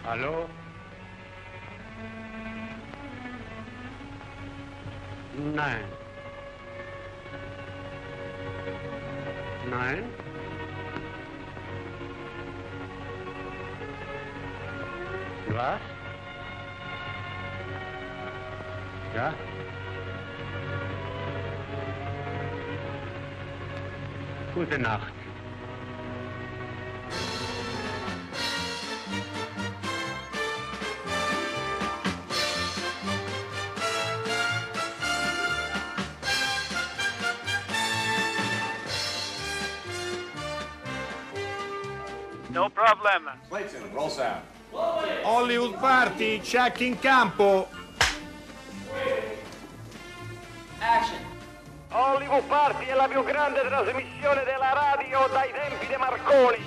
Allo? Nein. Nein? Was? Ja? Gute Nacht. No problem. Clayton, roll sound. Hollywood Party, check in campo. Hollywood Party è la più grande trasmissione della radio dai tempi di Marconi.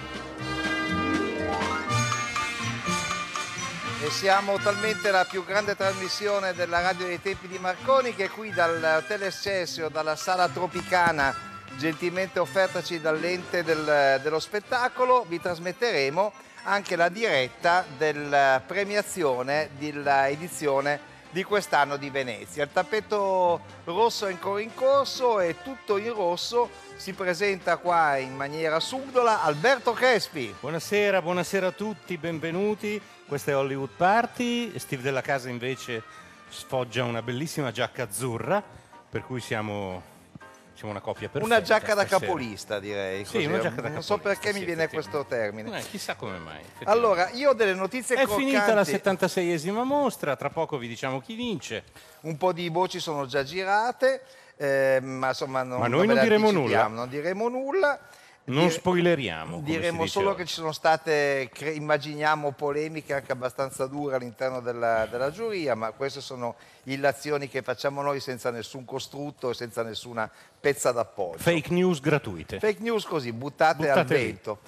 E siamo talmente la più grande trasmissione della radio dei tempi di Marconi che qui dal Hotel Excelsior, dalla sala Tropicana, gentilmente offertaci dall'ente dello spettacolo, vi trasmetteremo anche la diretta della premiazione dell'edizione di quest'anno di Venezia. Il tappeto rosso è ancora in corso e tutto in rosso si presenta qua in maniera subdola Alberto Crespi. Buonasera, buonasera a tutti, benvenuti. Questa è Hollywood Party. Steve Della Casa invece sfoggia una bellissima giacca azzurra, per cui siamo una coppia perfetta. Una giacca da stasera. capolista, direi. Sì, così. una giacca da Non so capolista, perché sì, mi viene questo effettivamente. termine. Chissà come mai. Allora, io ho delle notizie È croccanti. finita la 76esima mostra, tra poco vi diciamo chi vince. Un po' di voci sono già girate, ma insomma Ma noi ve non le diremo anticipiamo, nulla. Non diremo nulla. Non spoileriamo. come Diremo si solo dice che ci sono state, immaginiamo, polemiche anche abbastanza dure all'interno della giuria, ma queste sono illazioni che facciamo noi senza nessun costrutto e senza nessuna pezza d'appoggio. Fake news gratuite. Fake news così, buttate al Buttate lì. vento.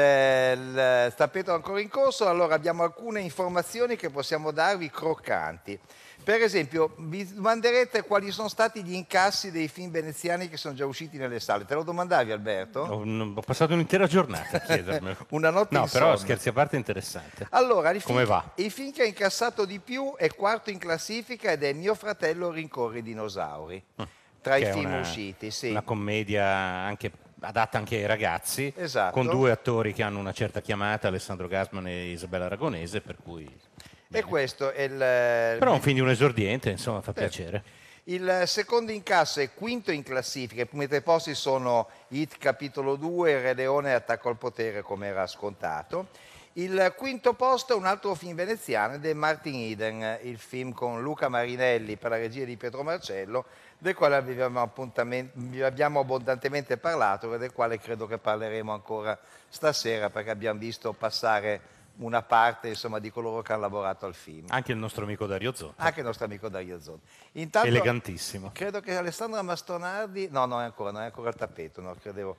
Il tappeto è ancora in corso, allora abbiamo alcune informazioni che possiamo darvi croccanti. Per esempio, vi domanderete quali sono stati gli incassi dei film veneziani che sono già usciti nelle sale. Te lo domandavi, Alberto? Ho passato un'intera giornata a chiedermelo. Una notte No, insonne. però scherzi a parte è interessante. Allora, Come va? Il film che ha incassato di più è quarto in classifica ed è Mio fratello rincorre i dinosauri. Tra i Che è film una- usciti, sì. Una commedia adatta anche ai ragazzi, Esatto. con due attori che hanno una certa chiamata, Alessandro Gasman e Isabella Aragonese, per cui... E questo è il... Però un film di un esordiente, insomma, fa piacere. Il secondo incasso è quinto in classifica, i primi tre posti sono Hit capitolo 2, Il Re Leone e Attacco al potere, come era scontato. Il quinto posto è un altro film veneziano ed è Martin Eden, il film con Luca Marinelli per la regia di Pietro Marcello, del quale vi abbiamo abbondantemente parlato e del quale credo che parleremo ancora stasera, perché abbiamo visto passare una parte, insomma, di coloro che hanno lavorato al film. Anche il nostro amico Dario Zotta, Anche il nostro amico Dario Zon. Intanto, elegantissimo. credo che Alessandra Mastonardi... No, non è ancora il tappeto, no, credevo.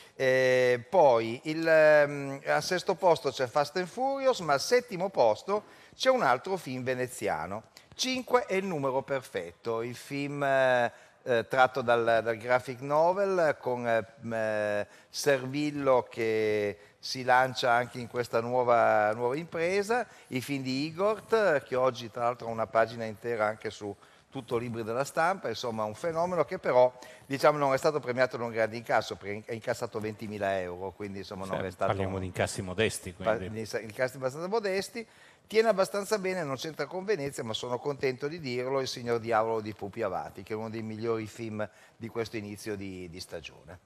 Poi, al sesto posto c'è Fast and Furious, ma al settimo posto c'è un altro film veneziano. 5 è il numero perfetto, il film tratto dal graphic novel con Servillo che si lancia anche in questa nuova impresa, i film di Igor, che oggi tra l'altro ha una pagina intera anche su tutto Libri della Stampa, insomma un fenomeno che però diciamo non è stato premiato da un grande incasso, perché ha incassato 20.000 euro, quindi insomma non è stato... Parliamo di incassi modesti, quindi. Incassi abbastanza modesti, tiene abbastanza bene, non c'entra con Venezia, ma sono contento di dirlo, Il Signor Diavolo di Pupi Avati, che è uno dei migliori film di questo inizio di stagione.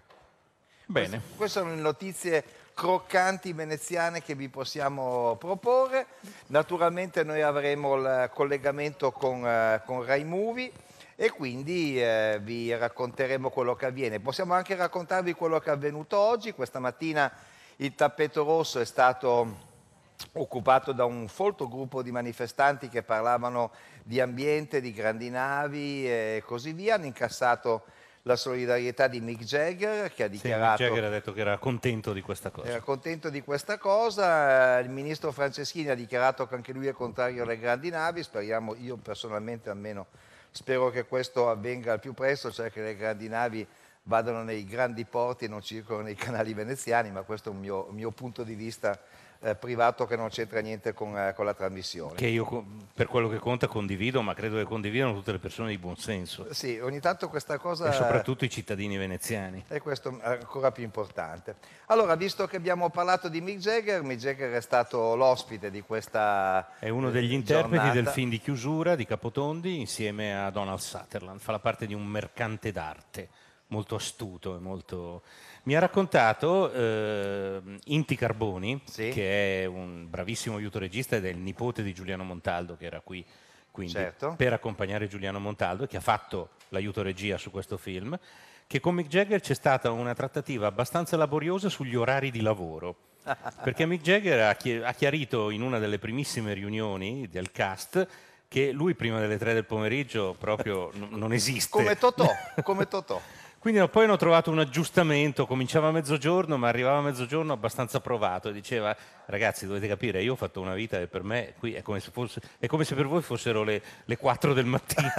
Bene. Queste sono le notizie croccanti veneziane che vi possiamo proporre. Naturalmente noi avremo il collegamento con Rai Movie e quindi vi racconteremo quello che avviene. Possiamo anche raccontarvi quello che è avvenuto oggi. Questa mattina il tappeto rosso è stato occupato da un folto gruppo di manifestanti che parlavano di ambiente, di grandi navi e così via. Hanno incassato la solidarietà di Mick Jagger, che ha dichiarato... Mick Jagger ha detto che era contento di questa cosa. Era contento di questa cosa. Il ministro Franceschini ha dichiarato che anche lui è contrario alle grandi navi. Speriamo, io personalmente almeno spero che questo avvenga al più presto, cioè che le grandi navi vadano nei grandi porti e non circolano nei canali veneziani, ma questo è un mio punto di vista privato che non c'entra niente con la trasmissione. Che io per quello che conta condivido, ma credo che condividano tutte le persone di buon senso. Sì, ogni tanto questa cosa... E soprattutto i cittadini veneziani. E questo è ancora più importante. Allora, visto che abbiamo parlato di Mick Jagger è stato l'ospite di questa È uno degli interpreti giornata. del film di chiusura di Capotondi insieme a Donald Sutherland. Fa la parte di un mercante d'arte molto astuto e molto... Mi ha raccontato Inti Carboni, Sì. che è un bravissimo aiutoregista ed è il nipote di Giuliano Montaldo, che era qui quindi Certo. per accompagnare Giuliano Montaldo, che ha fatto l'aiutoregia su questo film, che con Mick Jagger c'è stata una trattativa abbastanza laboriosa sugli orari di lavoro. Perché Mick Jagger ha chiarito in una delle primissime riunioni del cast che lui prima delle 3 del pomeriggio proprio non esiste. Come Totò. Quindi poi hanno trovato un aggiustamento, cominciava a mezzogiorno ma arrivava a mezzogiorno abbastanza provato e diceva ragazzi dovete capire, io ho fatto una vita e per me qui è come se per voi fossero le 4 del mattino.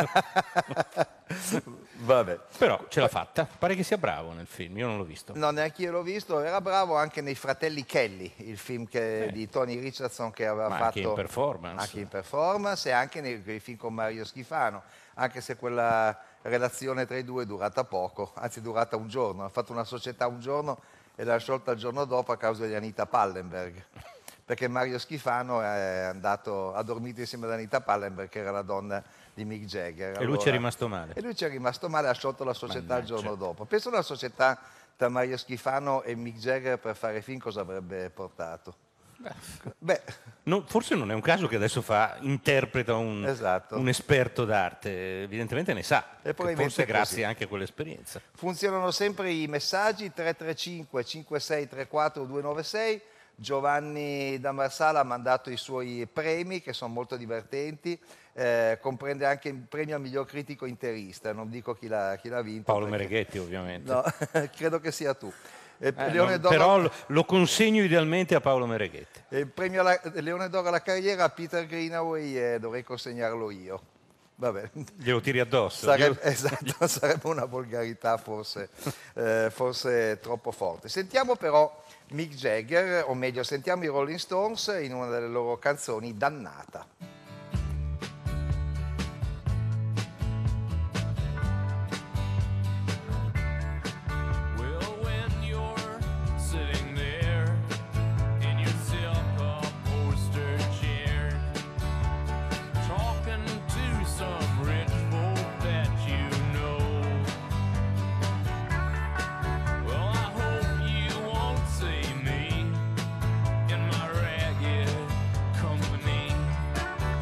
Vabbè. Però ce l'ha fatta, pare che sia bravo nel film, io non l'ho visto. No, neanche io l'ho visto, era bravo anche nei Fratelli Kelly, il film di Tony Richardson che aveva Ma fatto anche in performance. Anche in performance e anche nei film con Mario Schifano, anche se quella relazione tra i due è durata poco, anzi è durata un giorno, ha fatto una società un giorno e l'ha sciolta il giorno dopo a causa di Anita Pallenberg, perché Mario Schifano ha dormito insieme ad Anita Pallenberg, che era la donna di Mick Jagger. E lui ci è rimasto male. E lui ci è rimasto male, ha sciolto la società il Mannaggia. giorno dopo. Penso alla società tra Mario Schifano e Mick Jagger per fare film cosa avrebbe portato. Beh, Forse non è un caso che adesso interpreta un Esatto. un esperto d'arte, evidentemente ne sa, E probabilmente forse è così. grazie anche a quell'esperienza. funzionano sempre i messaggi 335 56 34 296. Giovanni da Marsala ha mandato i suoi premi che sono molto divertenti, comprende anche il premio al miglior critico interista, non dico chi l'ha vinto. Paolo perché- Mereghetti ovviamente. No, credo che sia tu. Leone d'Oro- Però lo consegno idealmente a Paolo Mereghetti. il premio Leone d'Oro alla carriera a Peter Greenaway dovrei consegnarlo io. Vabbè. Glielo tiri addosso. Esatto, sarebbe una volgarità forse troppo forte. Sentiamo però Mick Jagger, o meglio sentiamo i Rolling Stones in una delle loro canzoni, Dannata. Well, when you're sitting there in your silk-upholstered chair, talking to some rich folk that you know, well, I hope you won't see me in my ragged company.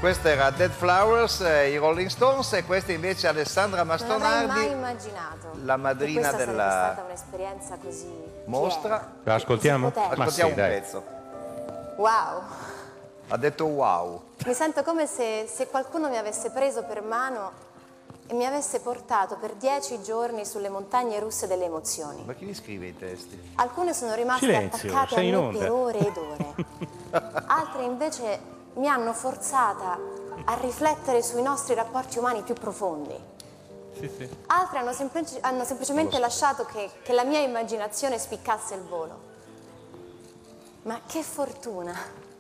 Questa era Dead Flowers, i Rolling Stones, e questa invece è Alessandra Non avrei mai Mastonardi, immaginato la madrina che questa della sarebbe stata un'esperienza così mostra. piena, La ascoltiamo? così potente. Ma Ascoltiamo sì, un dai. pezzo. Wow! Ha detto wow. Mi sento come se qualcuno mi avesse preso per mano e mi avesse portato per 10 giorni sulle montagne russe delle emozioni. Ma chi li scrive i testi? Alcune sono rimaste Silenzio, attaccate a sei in me onda. per ore ed ore. Altre invece mi hanno forzata a riflettere sui nostri rapporti umani più profondi. Sì, sì. Altre hanno semplicemente lasciato che la mia immaginazione spiccasse il volo. Ma che fortuna!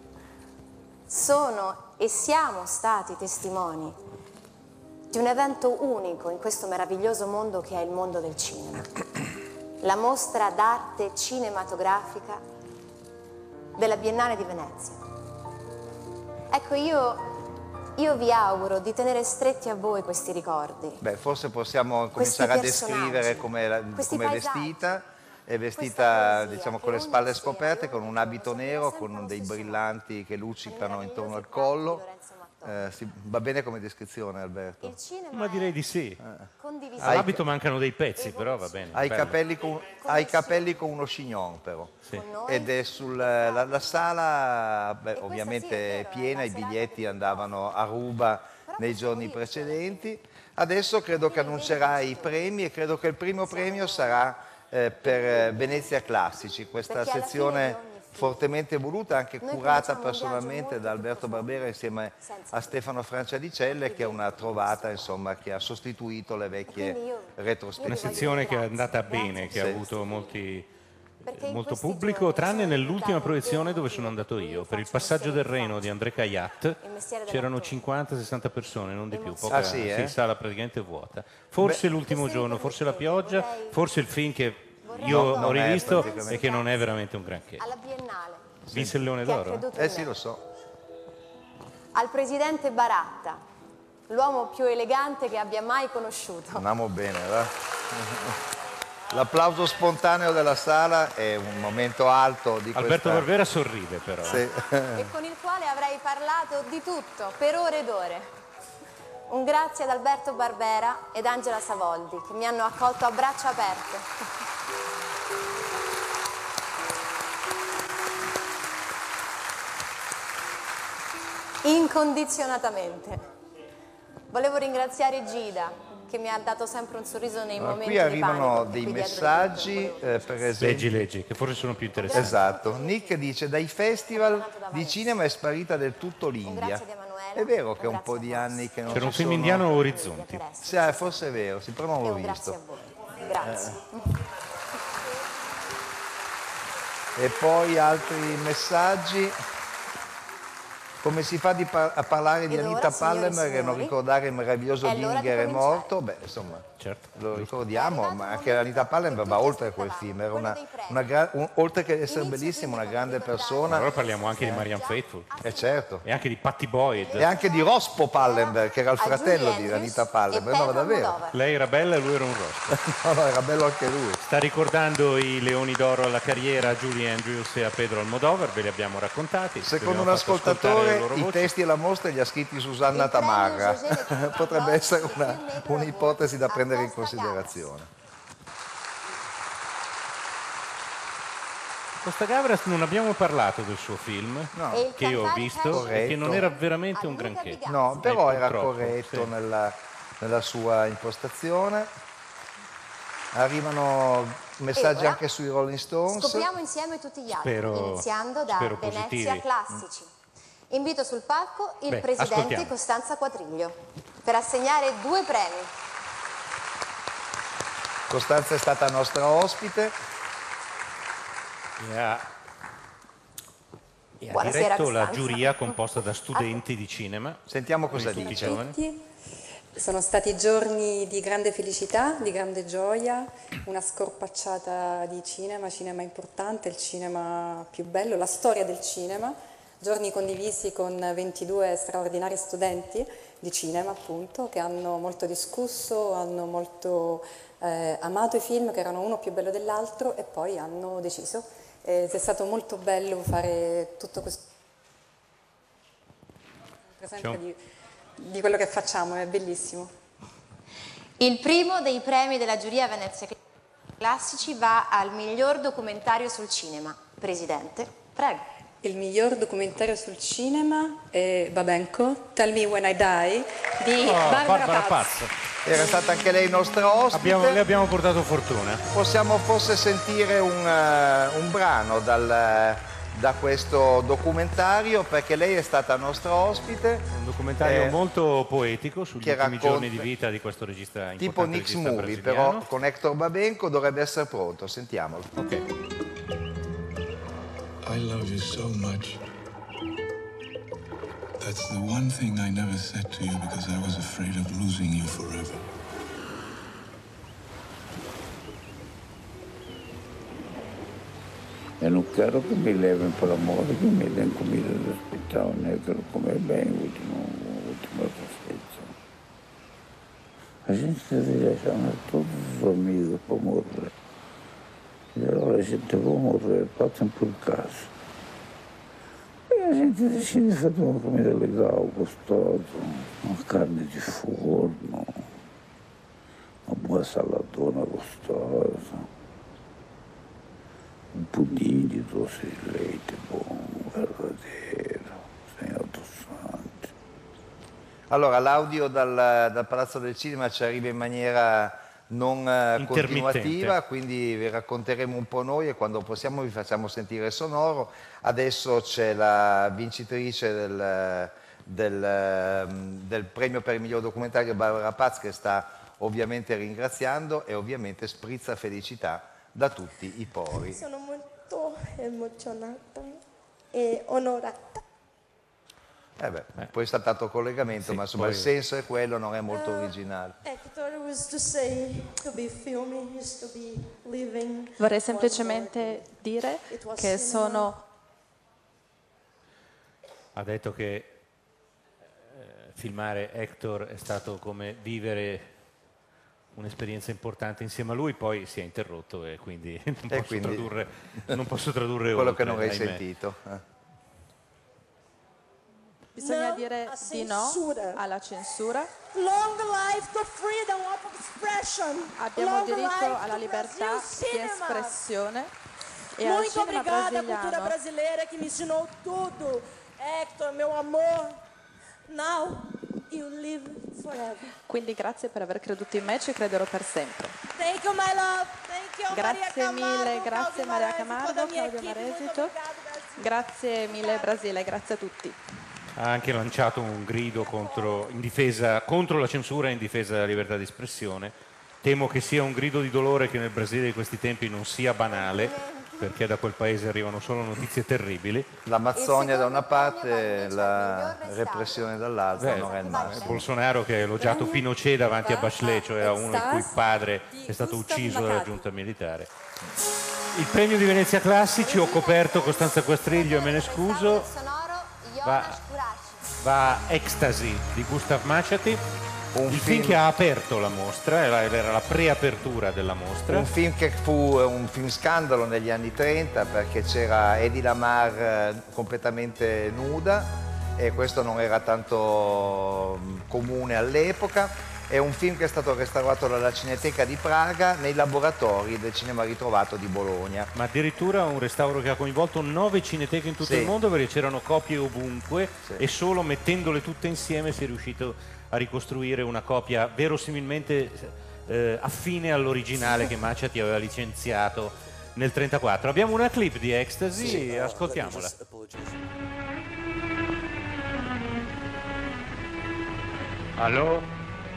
Sono e siamo stati testimoni di un evento unico in questo meraviglioso mondo che è il mondo del cinema. La mostra d'arte cinematografica della Biennale di Venezia. Ecco, io vi auguro di tenere stretti a voi questi ricordi. Beh, forse possiamo Questi cominciare a personaggi, descrivere come questi è paesaggi, vestita. È questa vestita, poesia diciamo, che con le ogni spalle sera, scoperte, con ogni un abito giorno nero, sempre con allo dei stesso brillanti che luccicano modo. intorno al Di collo. Lorenzo Mattoni. Va bene come descrizione, Alberto? Il cinema Ma direi è di sì. condivisione. All'abito mancano dei pezzi, però va bene. Ha i bello. capelli con uno chignon, però. Sì. Con noi. Ed è la sala, beh, E questa ovviamente sì, è è vero, piena, è i una serata biglietti di andavano a ruba nei giorni precedenti. Adesso credo che annuncerà i premi, e credo che il primo premio sarà per Venezia Classici, questa Perché alla sezione fine di ogni film fortemente voluta, anche noi curata facciamo un viaggio personalmente molto da Alberto più profondo, Barbera insieme senza a Stefano Franciadicelle, che è una trovata, insomma, che ha sostituito le quindi vecchie io- Una retrospettive. sezione che è andata Grazie. bene, che ha Sì. avuto Perché in molto questi pubblico, giorni tranne sono nell'ultima diventata proiezione un dove vero sono andato motivo. io. Per il Faccio il passaggio del mestiere che Reno di faccio. André Caillat Il mestiere c'erano dell'attore. 50-60 persone, non di più. Emozione. Poca, Ah, sì, eh? sala praticamente vuota. Forse l'ultimo se mi giorno, forse la permettete, pioggia, vorrei- forse il film che vorrei io ricordare ho non è rivisto praticamente- e che non è veramente un granché. Alla Biennale. Vinse il Leone Che ha d'Oro? creduto in Sì, me. lo so. Al presidente Baratta, l'uomo più elegante che abbia mai conosciuto. Andiamo bene, va? L'applauso spontaneo della sala è un momento alto di Alberto questa... Barbera sorride però. Sì. E con il quale avrei parlato di tutto, per ore ed ore. Un grazie ad Alberto Barbera ed Angela Savoldi, che mi hanno accolto a braccia aperte. Incondizionatamente. Volevo ringraziare Gida, che mi ha dato sempre un sorriso nei momenti Qui di arrivano panico, dei qui dietro messaggi, di tutto. per esempio... Leggi, che forse sono più interessanti. Esatto. Nick dice, dai festival di cinema è sparita del tutto l'India. grazie ad Emanuela, È vero che è un un po' grazie di a voi. anni che non C'era un ci film sono... indiano Orizzonti. Per essere. Sì, forse è vero, sì, però non E l'ho un grazie a visto. voi. Grazie. E poi altri messaggi. Come si fa a parlare di Ed ora, Anita signori e Palmer e non signori, ricordare il meraviglioso è l'ora di Dinger è cominciare. morto? Beh, insomma, Certo. lo ricordiamo, È ma arrivato anche il Anita Palmer momento va che oltre tutti quel film, era aspettavamo, quello dei premi. oltre che essere Inizio bellissima, una quindi grande con persona, Allora parliamo anche di Marianne Faithfull e certo. e anche di Patty Boyd. E anche di Rospo Pallenberg, che era il A fratello Julie di Andrews Anita Pallenberg, e no, Pedro davvero. Almodovar. Lei era bella e lui era un rospo. No, era bello anche lui. Sta ricordando i Leoni d'Oro alla carriera a Julie Andrews e a Pedro Almodovar, ve li abbiamo raccontati. Secondo vi un abbiamo fatto ascoltare le ascoltatore loro i voci. testi e la mostra li ha scritti Susanna Il premio Tamarra. José de Cuba Potrebbe Ross, essere filmetro un'ipotesi da a prendere in Costa considerazione. Costa Gavras non abbiamo parlato del suo film, No. E il che io ho cantante visto Harry e che non Corretto. era veramente un A Luca granché. Vigazzi. No, però era purtroppo, corretto sì. nella sua impostazione. Arrivano messaggi ora anche sui Rolling Stones. Scopriamo insieme tutti gli altri, Spero- iniziando da spero Venezia positivi. Classici. Invito sul palco il Beh, presidente ascoltiamo. Costanza Quadriglio per assegnare 2 premi. Costanza è stata nostra ospite. E ha Buonasera, diretto la Costanza. giuria composta da studenti di cinema. Sentiamo cosa Tutti dice. giovani. Tutti. Sono stati giorni di grande felicità, di grande gioia, una scorpacciata di cinema, cinema importante, il cinema più bello, la storia del cinema, giorni condivisi con 22 straordinari studenti di cinema appunto, che hanno molto discusso, hanno molto amato i film che erano uno più bello dell'altro e poi hanno deciso. È stato molto bello fare tutto questo. Sempre di quello che facciamo, è bellissimo. Il primo dei premi della giuria Venezia Classici va al miglior documentario sul cinema. Presidente, prego. Il miglior documentario sul cinema è Babenco, Tell Me When I Die, di Barbara Paz. Era stata anche lei nostra ospite. Le abbiamo portato fortuna. Possiamo forse sentire un brano da questo documentario, perché lei è stata nostra ospite. Un documentario molto poetico sugli ultimi giorni di vita di questo regista importante, tipo Nix Movie, però con Hector Babenco. Dovrebbe essere pronto, sentiamolo. Ok. I love you so much. That's the one thing I never said to you because I was afraid of losing you forever. E non quero che mi levem per amore, che mi den comida dall'ospitale, ne quero comer bem última refeição. A gente deveria chamar todos os amigos para morrer. E allora a gente vai morrer, passam por casa. E a gente decide fare una comida legal, gostosa, uma carne de forno, uma boa saladona gostosa. Un pudding di doce di leite buono, verdadero, segno santi. Allora, l'audio dal Palazzo del Cinema ci arriva in maniera non continuativa, quindi vi racconteremo un po' noi e quando possiamo vi facciamo sentire il sonoro. Adesso c'è la vincitrice del premio per il miglior documentario, Barbara Paz, che sta ovviamente ringraziando e ovviamente sprizza felicità da tutti i pori. Sono molto emozionata e onorata. Poi è stato collegamento, sì, ma insomma il senso è quello, non è molto originale. Vorrei semplicemente dire che Ha detto che filmare Hector è stato come vivere un'esperienza importante insieme a lui, poi si è interrotto e quindi non posso tradurre quello oltre, che non hai ahimè. sentito. Bisogna dire di no alla censura. Long life to freedom of expression. Abbiamo diritto alla libertà di espressione e al Muito cinema obrigada à cultura brasiliano. brasileira que me ensinou tudo. Hector, meu amor. Now you live forever. Quindi grazie per aver creduto in me, ci crederò per sempre. Thank you, my love. Thank you, Grazie Maria mille, Camargo, grazie Claudio Maria Maresi, Camargo, toda a minha Claudio equipe, muito Maresito. obrigado, Brasil. Grazie mille Brasile, grazie a tutti. Ha anche lanciato un grido contro la censura e in difesa della libertà di espressione. Temo che sia un grido di dolore che nel Brasile di questi tempi non sia banale, perché da quel paese arrivano solo notizie terribili. L'Amazzonia da una parte, la repressione dall'altra, non è il massimo. Bolsonaro che ha elogiato Pinochet davanti a Bachelet, cioè a uno il cui padre è stato ucciso dalla giunta militare. Il premio di Venezia Classici, ho coperto Costanza Quastriglio e me ne scuso, va a Ecstasy di Gustav Machati, il film che ha aperto la mostra, era la preapertura della mostra. Un film che fu un film scandalo negli anni 30 perché c'era Hedy Lamarr completamente nuda e questo non era tanto comune all'epoca. È un film che è stato restaurato dalla Cineteca di Praga nei laboratori del Cinema Ritrovato di Bologna. Ma addirittura un restauro che ha coinvolto 9 cineteche in tutto il mondo, perché c'erano copie ovunque e solo mettendole tutte insieme si è riuscito a ricostruire una copia verosimilmente affine all'originale che Machati aveva licenziato nel 1934. Abbiamo una clip di Ecstasy, ascoltiamola. Allo?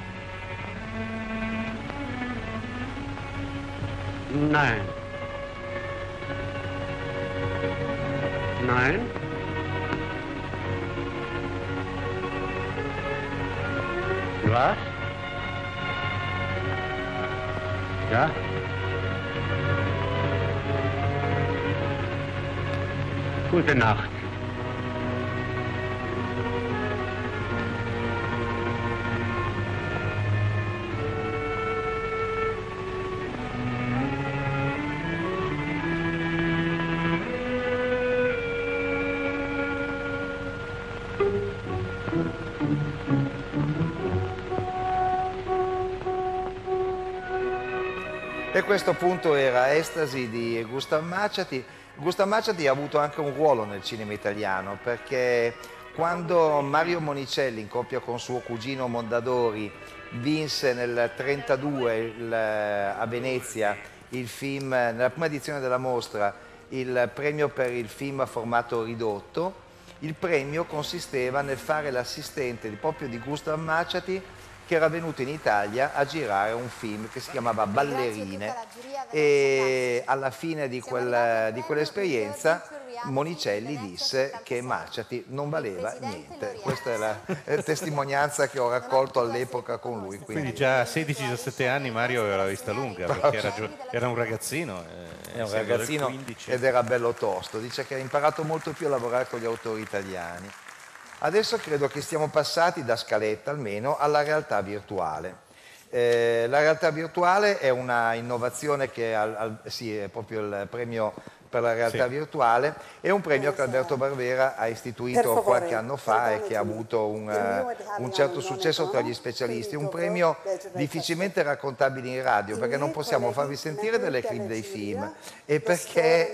Nein. Nein? Was? Ja? Gute Nacht. E questo appunto era Estasi di Gustav Macciati. Gustav Macciati ha avuto anche un ruolo nel cinema italiano, perché quando Mario Monicelli, in coppia con suo cugino Mondadori, vinse nel 1932 a Venezia il film, nella prima edizione della mostra, il premio per il film a formato ridotto, il premio consisteva nel fare l'assistente proprio di Gustav Macciati, che era venuto in Italia a girare un film che si chiamava Ballerine, e alla fine di quell'esperienza Monicelli disse che Macciati non valeva niente. Questa è la testimonianza che ho raccolto all'epoca con lui. Quindi già a 16-17 anni Mario aveva la vista lunga, perché era un ragazzino. È un ragazzino ed era bello tosto. Dice che ha imparato molto più a lavorare con gli autori italiani. Adesso credo che stiamo passati, da scaletta almeno, alla realtà virtuale. La realtà virtuale è una innovazione che è proprio il premio per la realtà virtuale, è un premio che Alberto Barbera ha istituito qualche anno fa e che ha avuto un certo successo tra gli specialisti. Un premio difficilmente raccontabile in radio, perché non possiamo farvi sentire delle clip dei film, e perché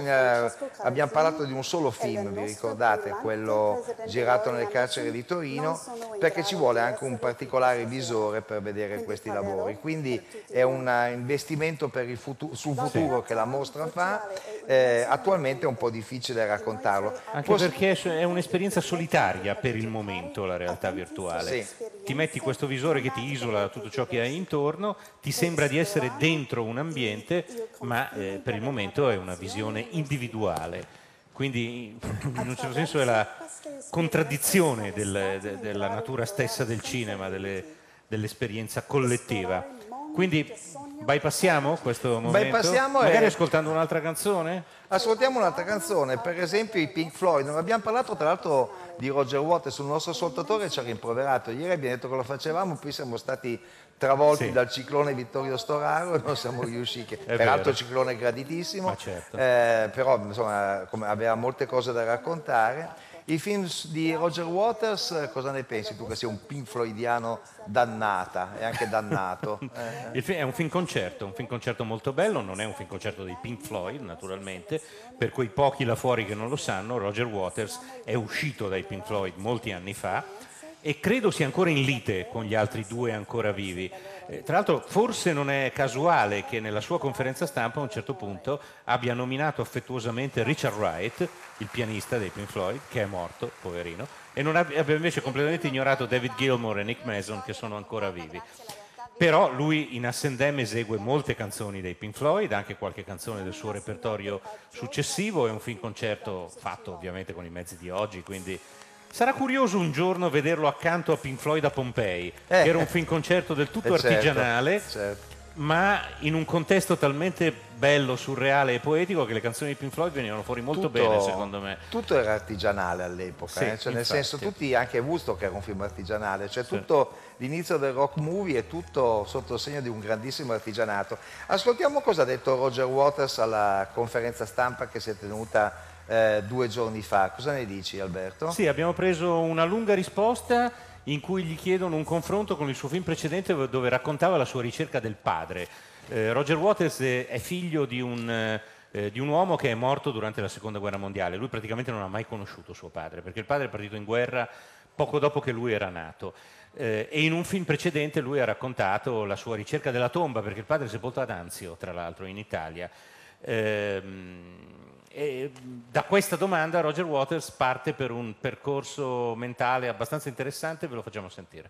abbiamo parlato di un solo film, vi ricordate, quello girato nelle carceri di Torino, perché ci vuole anche un particolare visore per vedere questi lavori. Quindi è un investimento per sul futuro che la mostra fa. Attualmente è un po' difficile raccontarlo. Anche perché è un'esperienza solitaria per il momento, la realtà virtuale. Sì. Ti metti questo visore che ti isola da tutto ciò che hai intorno, ti sembra di essere dentro un ambiente, ma per il momento è una visione individuale. Quindi in un certo senso è la contraddizione della natura stessa del cinema, dell'esperienza collettiva. Quindi bypassiamo questo momento? Magari ascoltando un'altra canzone? Ascoltiamo un'altra canzone, per esempio i Pink Floyd. Non abbiamo parlato tra l'altro di Roger Waters, il nostro ascoltatore ci ha rimproverato. Ieri abbiamo detto che lo facevamo, poi siamo stati travolti dal ciclone Vittorio Storaro e non siamo riusciti. Peraltro ciclone graditissimo, certo. Però insomma aveva molte cose da raccontare. I film di Roger Waters, cosa ne pensi tu, che sia un Pink Floydiano dannata e anche dannato? È un film concerto molto bello, non è un film concerto dei Pink Floyd naturalmente, per quei pochi là fuori che non lo sanno, Roger Waters è uscito dai Pink Floyd molti anni fa e credo sia ancora in lite con gli altri due ancora vivi. Tra l'altro forse non è casuale che nella sua conferenza stampa a un certo punto abbia nominato affettuosamente Richard Wright, il pianista dei Pink Floyd, che è morto, poverino, e non abbia invece completamente ignorato David Gilmour e Nick Mason, che sono ancora vivi. Però lui in Assendem esegue molte canzoni dei Pink Floyd, anche qualche canzone del suo repertorio successivo, è un film concerto fatto ovviamente con i mezzi di oggi, quindi sarà curioso un giorno vederlo accanto a Pink Floyd a Pompei, che era un film concerto del tutto artigianale, ma in un contesto talmente bello, surreale e poetico che le canzoni di Pink Floyd venivano fuori molto bene, secondo me. Tutto era artigianale all'epoca, cioè, nel senso tutti, anche Woodstock era un film artigianale, cioè tutto l'inizio del rock movie è tutto sotto il segno di un grandissimo artigianato. Ascoltiamo cosa ha detto Roger Waters alla conferenza stampa che si è tenuta 2 giorni fa. Cosa ne dici, Alberto? Sì, abbiamo preso una lunga risposta in cui gli chiedono un confronto con il suo film precedente dove raccontava la sua ricerca del padre. Roger Waters è figlio di un uomo che è morto durante la seconda guerra mondiale. Lui praticamente non ha mai conosciuto suo padre, perché il padre è partito in guerra poco dopo che lui era nato. E in un film precedente lui ha raccontato la sua ricerca della tomba, perché il padre è sepolto ad Anzio, tra l'altro, in Italia. E da questa domanda Roger Waters parte per un percorso mentale abbastanza interessante, ve lo facciamo sentire.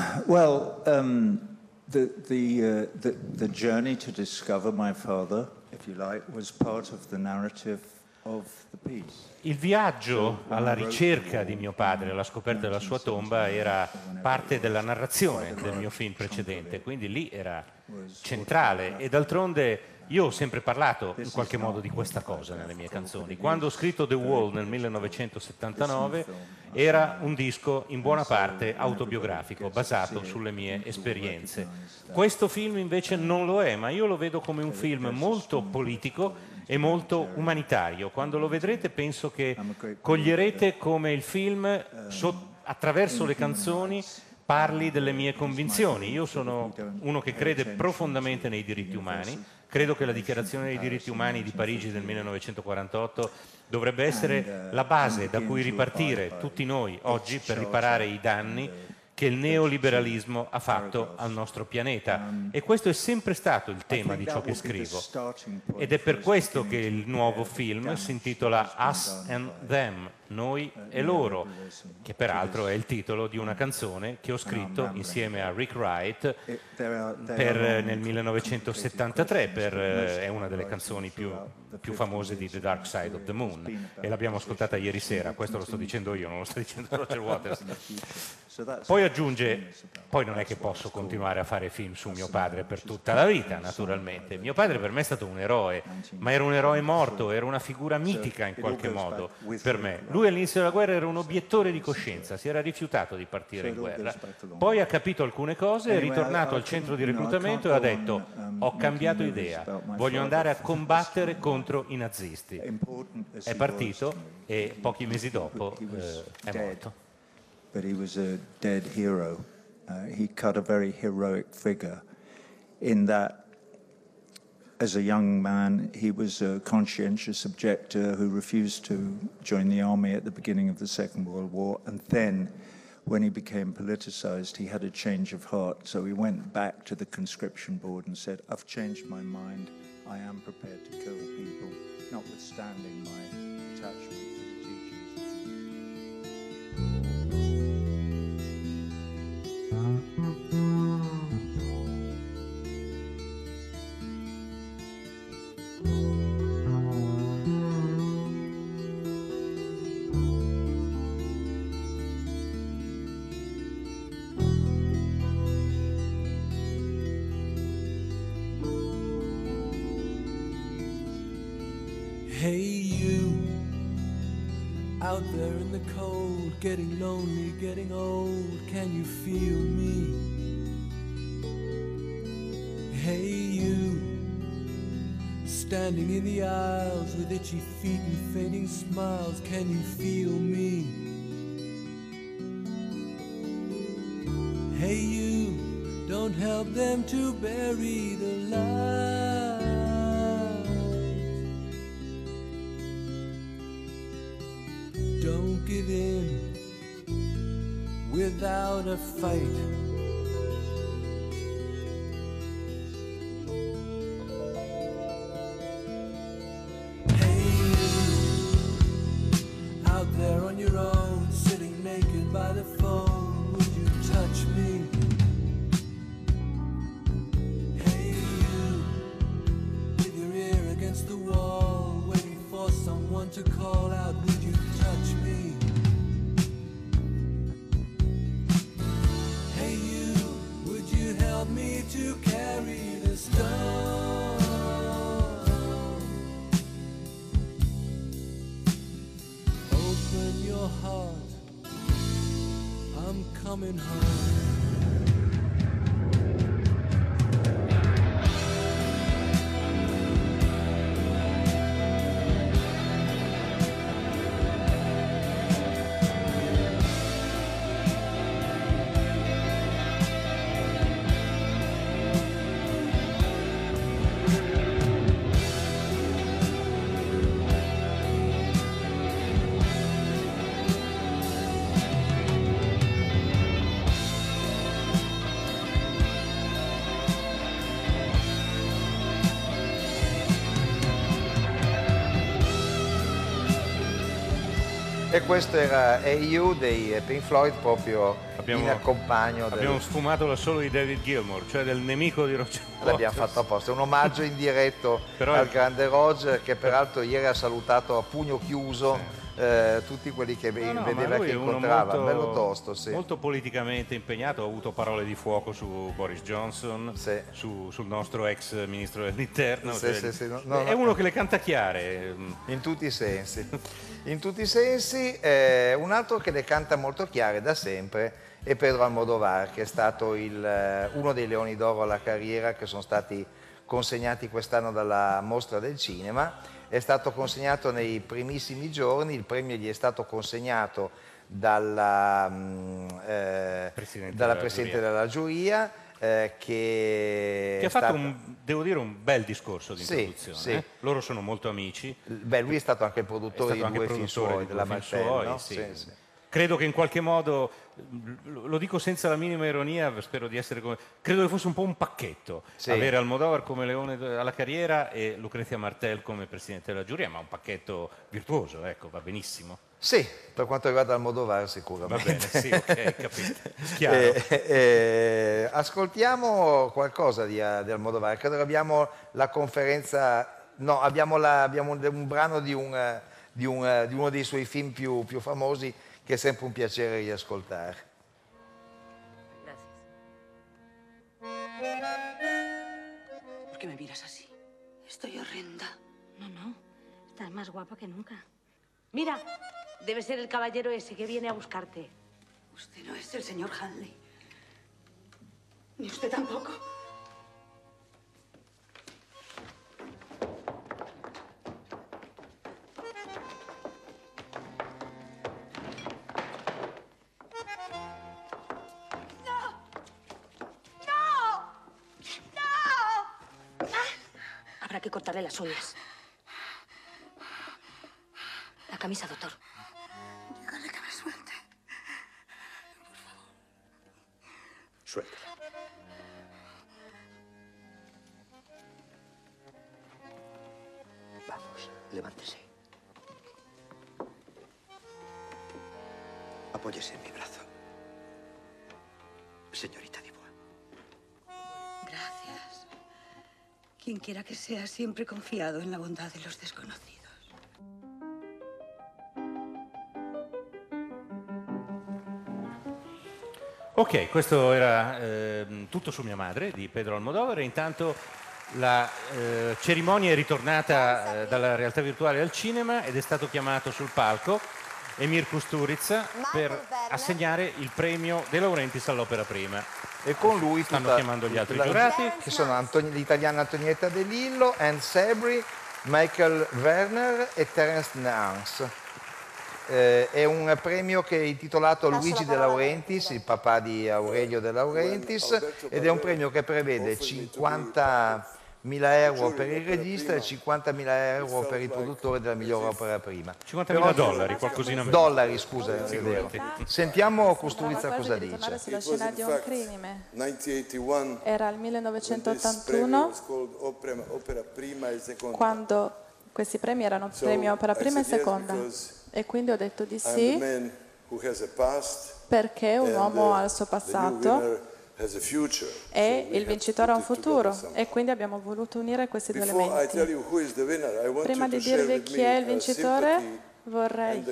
The journey to discover my father, if you like, was part of the narrative of the piece. Il viaggio alla ricerca di mio padre, alla scoperta della sua tomba, era parte della narrazione del mio film precedente, quindi lì era centrale e d'altronde io ho sempre parlato in qualche modo di questa cosa nelle mie canzoni. Quando ho scritto The Wall nel 1979 era un disco in buona parte autobiografico, basato sulle mie esperienze. Questo film invece non lo è, ma io lo vedo come un film molto politico e molto umanitario. Quando lo vedrete penso che coglierete come il film attraverso le canzoni parli delle mie convinzioni. Io sono uno che crede profondamente nei diritti umani, credo che la Dichiarazione dei diritti umani di Parigi del 1948 dovrebbe essere la base da cui ripartire tutti noi oggi per riparare i danni che il neoliberalismo ha fatto al nostro pianeta, e questo è sempre stato il tema di ciò che scrivo, ed è per questo che il nuovo film si intitola Us and Them, Noi e Loro, che peraltro è il titolo di una canzone che ho scritto insieme a Rick Wright nel 1973, è una delle canzoni più famose di The Dark Side of the Moon, e l'abbiamo ascoltata ieri sera. Questo lo sto dicendo io, non lo sta dicendo Roger Waters. Poi aggiunge, poi non è che posso continuare a fare film su mio padre per tutta la vita, naturalmente. Mio padre per me è stato un eroe, ma era un eroe morto, era una figura mitica in qualche modo per me. Lui all'inizio della guerra era un obiettore di coscienza, si era rifiutato di partire in guerra, poi ha capito alcune cose, è ritornato al centro di reclutamento e ha detto: ho cambiato idea, voglio andare a combattere contro i nazisti. È partito e pochi mesi dopo è morto. But he was a dead hero. He cut a very heroic figure in that, as a young man, he was a conscientious objector who refused to join the army at the beginning of the Second World War, and then when he became politicized, he had a change of heart. So he went back to the conscription board and said, I've changed my mind. I am prepared to kill people, notwithstanding my attachment to the teachings. Hey you, out there in the cold, getting lonely, getting old, can you feel me? Hey you, standing in the aisles with itchy feet and fading smiles, can you feel me? Hey you, don't help them to bury the light. Don't give in without a fight. Hey you, out there on your own, sitting naked by the phone, would you touch me? Hey you, with your ear against the wall, waiting for someone to call out, would you touch me? Hey you, would you help me to carry the stone? Open your heart, I'm coming home. E questo era Hey You dei Pink Floyd, proprio in accompagno abbiamo sfumato la solo di David Gilmour, cioè del nemico di Roger Waters. L'abbiamo fatto apposta, è un omaggio indiretto al grande Roger, che peraltro ieri ha salutato a pugno chiuso tutti quelli che vedeva, che incontrava. Molto, bello tosto, sì. Molto politicamente impegnato, ha avuto parole di fuoco su Boris Johnson, sul nostro ex ministro dell'interno. È uno che le canta chiare. In tutti i sensi. In tutti i sensi. Un altro che le canta molto chiare da sempre è Pedro Almodovar, che è stato uno dei Leoni d'Oro alla carriera che sono stati consegnati quest'anno dalla Mostra del Cinema. È stato consegnato nei primissimi giorni, il premio gli è stato consegnato dalla Presidente Presidente della giuria, che ha fatto, devo dire, un bel discorso di introduzione. Sì. Loro sono molto amici. Beh, lui è stato anche il produttore di due film suoi, della Martello, no? Sì. Credo che in qualche modo, lo dico senza la minima ironia, spero di essere come... Credo che fosse un po' un pacchetto, avere Almodovar come leone alla carriera e Lucrezia Martel come presidente della giuria, ma un pacchetto virtuoso, ecco, va benissimo. Sì, per quanto riguarda Almodovar sicuramente. Va bene, sì, ok, capito. Chiaro. Ascoltiamo qualcosa di Almodovar, credo che abbiamo la conferenza, no, abbiamo un brano di uno dei suoi film più famosi, che è sempre un piacere riascoltare. ¿Por qué me miras así? Estoy horrenda. No, no, estás más guapa que nunca. Mira, debe ser el caballero ese que viene a buscarte. Usted no es el señor Hanley. Ni usted tampoco. Habrá que cortarle las uñas. La camisa, doctor. Dígale que me suelte. Por favor. Suéltela. Vamos, levántese. Apóyese en mi brazo. Señorita Dubois. Gracias. Quien quiera que sea, siempre he confiado en la bondad de los desconocidos. Ok, questo era Tutto su mia madre di Pedro Almodovar, e intanto la cerimonia è ritornata dalla realtà virtuale al cinema ed è stato chiamato sul palco Emir Kusturica per assegnare il premio De Laurentiis all'opera prima. E con lui stanno chiamando gli altri giurati, che sono l'italiana Antonietta De Lillo, Anne Sabri, Michael Werner e Terence Nance. È un premio che è intitolato Luigi De Laurentiis, il papà di Aurelio De Laurentiis, ed è un premio che prevede 50.000 euro per il regista e 50.000 euro per il produttore della migliore opera prima. 50.000 dollari, qualcosina meno. Dollari, scusa, è vero. Sentiamo Kusturica cosa dice. Sulla scena di un crimine. Era il 1981, quando questi premi erano premio opera prima e seconda. E quindi ho detto di sì, perché un uomo ha il suo passato e il vincitore ha un futuro, e quindi abbiamo voluto unire questi due elementi. Prima di dirvi chi è il vincitore, vorrei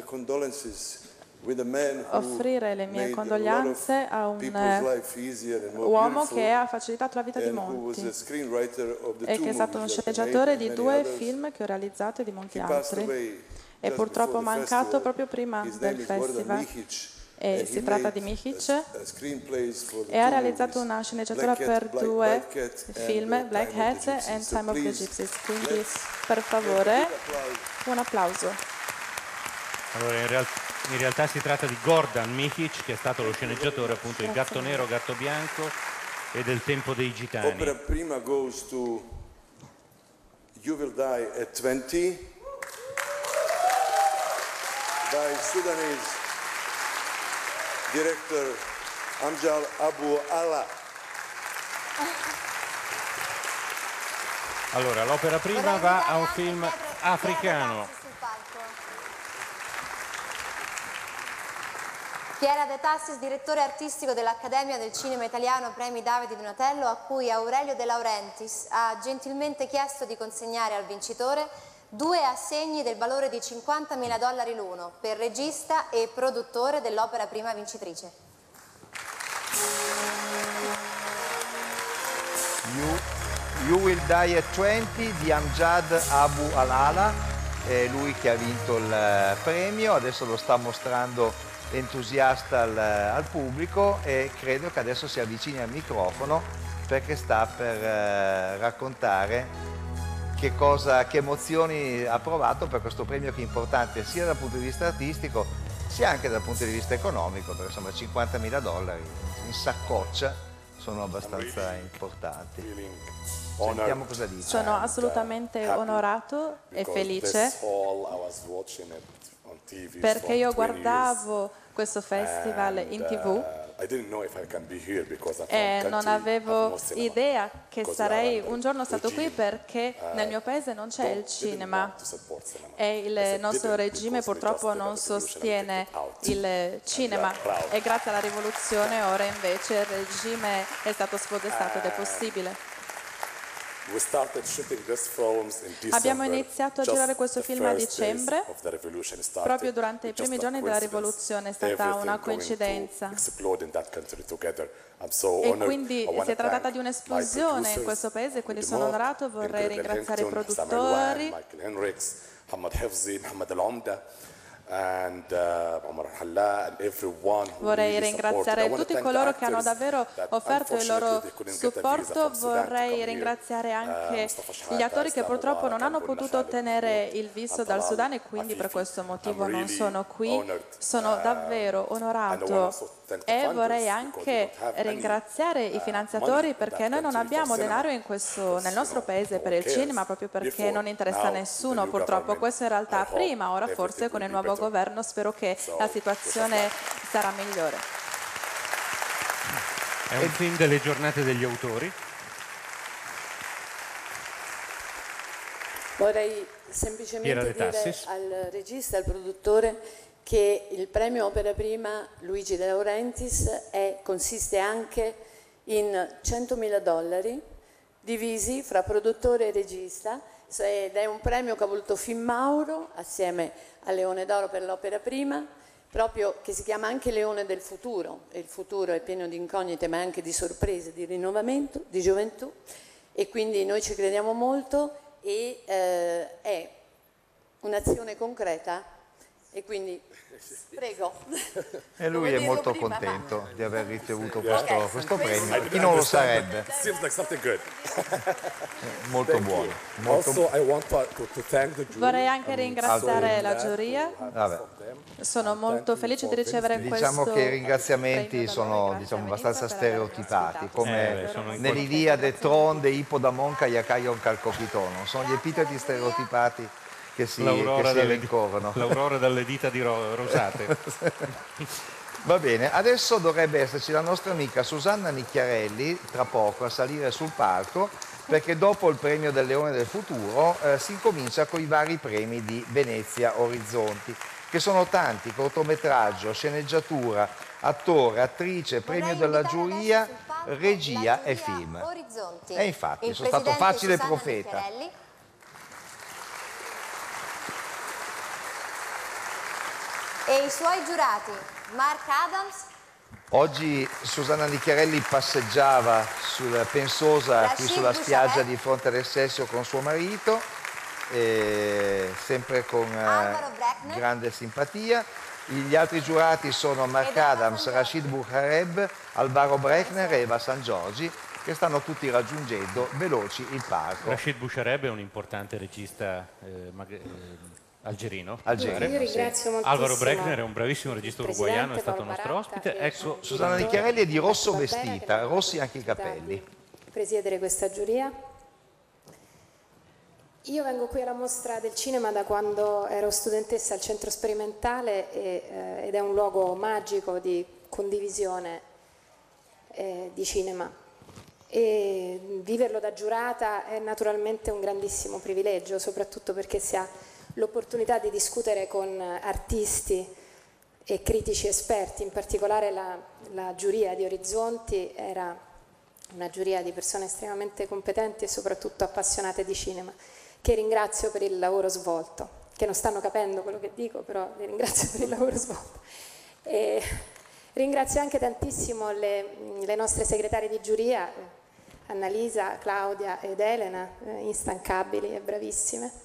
offrire le mie condoglianze a un uomo che ha facilitato la vita di molti e che è stato un sceneggiatore di 2 film che ho realizzato e di molti altri. È purtroppo mancato proprio prima del festival. E si tratta di Mihic, e ha realizzato una sceneggiatura per 2 film, Black Hat e Time of the Gypsies. Quindi, per favore, un applauso. Allora, in realtà si tratta di Gordon Mihic, che è stato lo sceneggiatore, appunto, Il gatto nero, gatto bianco e del Tempo dei gitani. Opera prima goes to You Will Die at 20 by Sudanese director Amjad Abu Ala. Allora, l'opera prima va a un film africano. Chiara De Tassis, direttore artistico dell'Accademia del Cinema Italiano Premi Davide Donatello, a cui Aurelio De Laurentiis ha gentilmente chiesto di consegnare al vincitore 2 assegni del valore di $50.000 l'uno per regista e produttore dell'opera prima vincitrice. You Will Die at 20 di Amjad Abu Alala, è lui che ha vinto il premio, adesso lo sta mostrando entusiasta al pubblico e credo che adesso si avvicini al microfono perché sta per raccontare che emozioni ha provato per questo premio che è importante sia dal punto di vista artistico sia anche dal punto di vista economico, perché insomma $50.000 in saccoccia sono abbastanza importanti. Sentiamo cosa dice. Sono assolutamente onorato e felice perché io guardavo questo festival in TV e non avevo idea che sarei un giorno stato qui perché nel mio paese non c'è il cinema e il nostro regime purtroppo non sostiene il cinema e grazie alla rivoluzione ora invece il regime è stato spodestato ed è possibile. Abbiamo iniziato a girare questo film a dicembre, proprio durante i primi giorni della rivoluzione, è stata una coincidenza. E quindi si è trattata di un'esplosione in questo paese, quindi sono onorato, vorrei ringraziare i produttori. Vorrei ringraziare tutti coloro che hanno davvero offerto il loro supporto, vorrei ringraziare anche gli attori che purtroppo non hanno potuto ottenere il visto dal Sudan e quindi per questo motivo non sono qui. Sono davvero onorato e vorrei anche ringraziare i finanziatori perché noi non abbiamo denaro nel nostro paese per il cinema proprio perché non interessa a nessuno purtroppo. Questo in realtà prima, ora forse con il nuovo governo spero che la situazione sarà migliore. È un film delle giornate degli autori. Vorrei semplicemente dire al regista, al produttore, che il premio Opera Prima Luigi De Laurentiis consiste anche in $100.000 divisi fra produttore e regista ed è un premio che ha voluto Film Mauro assieme al Leone d'Oro per l'Opera Prima, proprio che si chiama anche Leone del Futuro, e il futuro è pieno di incognite ma anche di sorprese, di rinnovamento, di gioventù e quindi noi ci crediamo molto e è un'azione concreta e quindi prego. E lui è molto contento di aver ricevuto questo premio. Chi non lo sarebbe? Molto buono. Vorrei anche ringraziare la giuria. Sono molto felice di ricevere questo. Diciamo che i ringraziamenti sono abbastanza stereotipati, come nell'Iliade Tron de Ippodamon Caiacaion Calcopitono. Sono gli epiteti stereotipati che si rincorrono. L'aurora dalle dita di rosate. Va bene, adesso dovrebbe esserci la nostra amica Susanna Nicchiarelli tra poco a salire sul palco perché dopo il premio del Leone del Futuro si incomincia con i vari premi di Venezia Orizzonti, che sono tanti: cortometraggio, sceneggiatura, attore, attrice, premio della giuria, regia e film. E infatti sono stato facile profeta. E i suoi giurati, Mark Adams. Oggi Susanna Nicchiarelli passeggiava pensosa qui sulla spiaggia di fronte all'Essessio con suo marito, sempre con grande simpatia. Gli altri giurati sono Mark Adams, Rashid Bukhareb, Alvaro Brechner e Eva San Giorgi, che stanno tutti raggiungendo veloci il palco. Rashid Bukhareb è un importante regista algerino. Io ringrazio moltissimo. Alvaro Brechner è un bravissimo regista uruguaiano, è stato nostro ospite. Ecco, Susanna Nicchiarelli è di rosso vestita, rossi anche i capelli. Presiedere questa giuria. Io vengo qui alla mostra del cinema da quando ero studentessa al centro sperimentale ed è un luogo magico di condivisione di cinema. E viverlo da giurata è naturalmente un grandissimo privilegio, soprattutto perché si ha l'opportunità di discutere con artisti e critici esperti. In particolare la giuria di Orizzonti era una giuria di persone estremamente competenti e soprattutto appassionate di cinema, che ringrazio per il lavoro svolto, che non stanno capendo quello che dico, però li ringrazio per il lavoro svolto. E ringrazio anche tantissimo le nostre segretarie di giuria, Annalisa, Claudia ed Elena, instancabili e bravissime.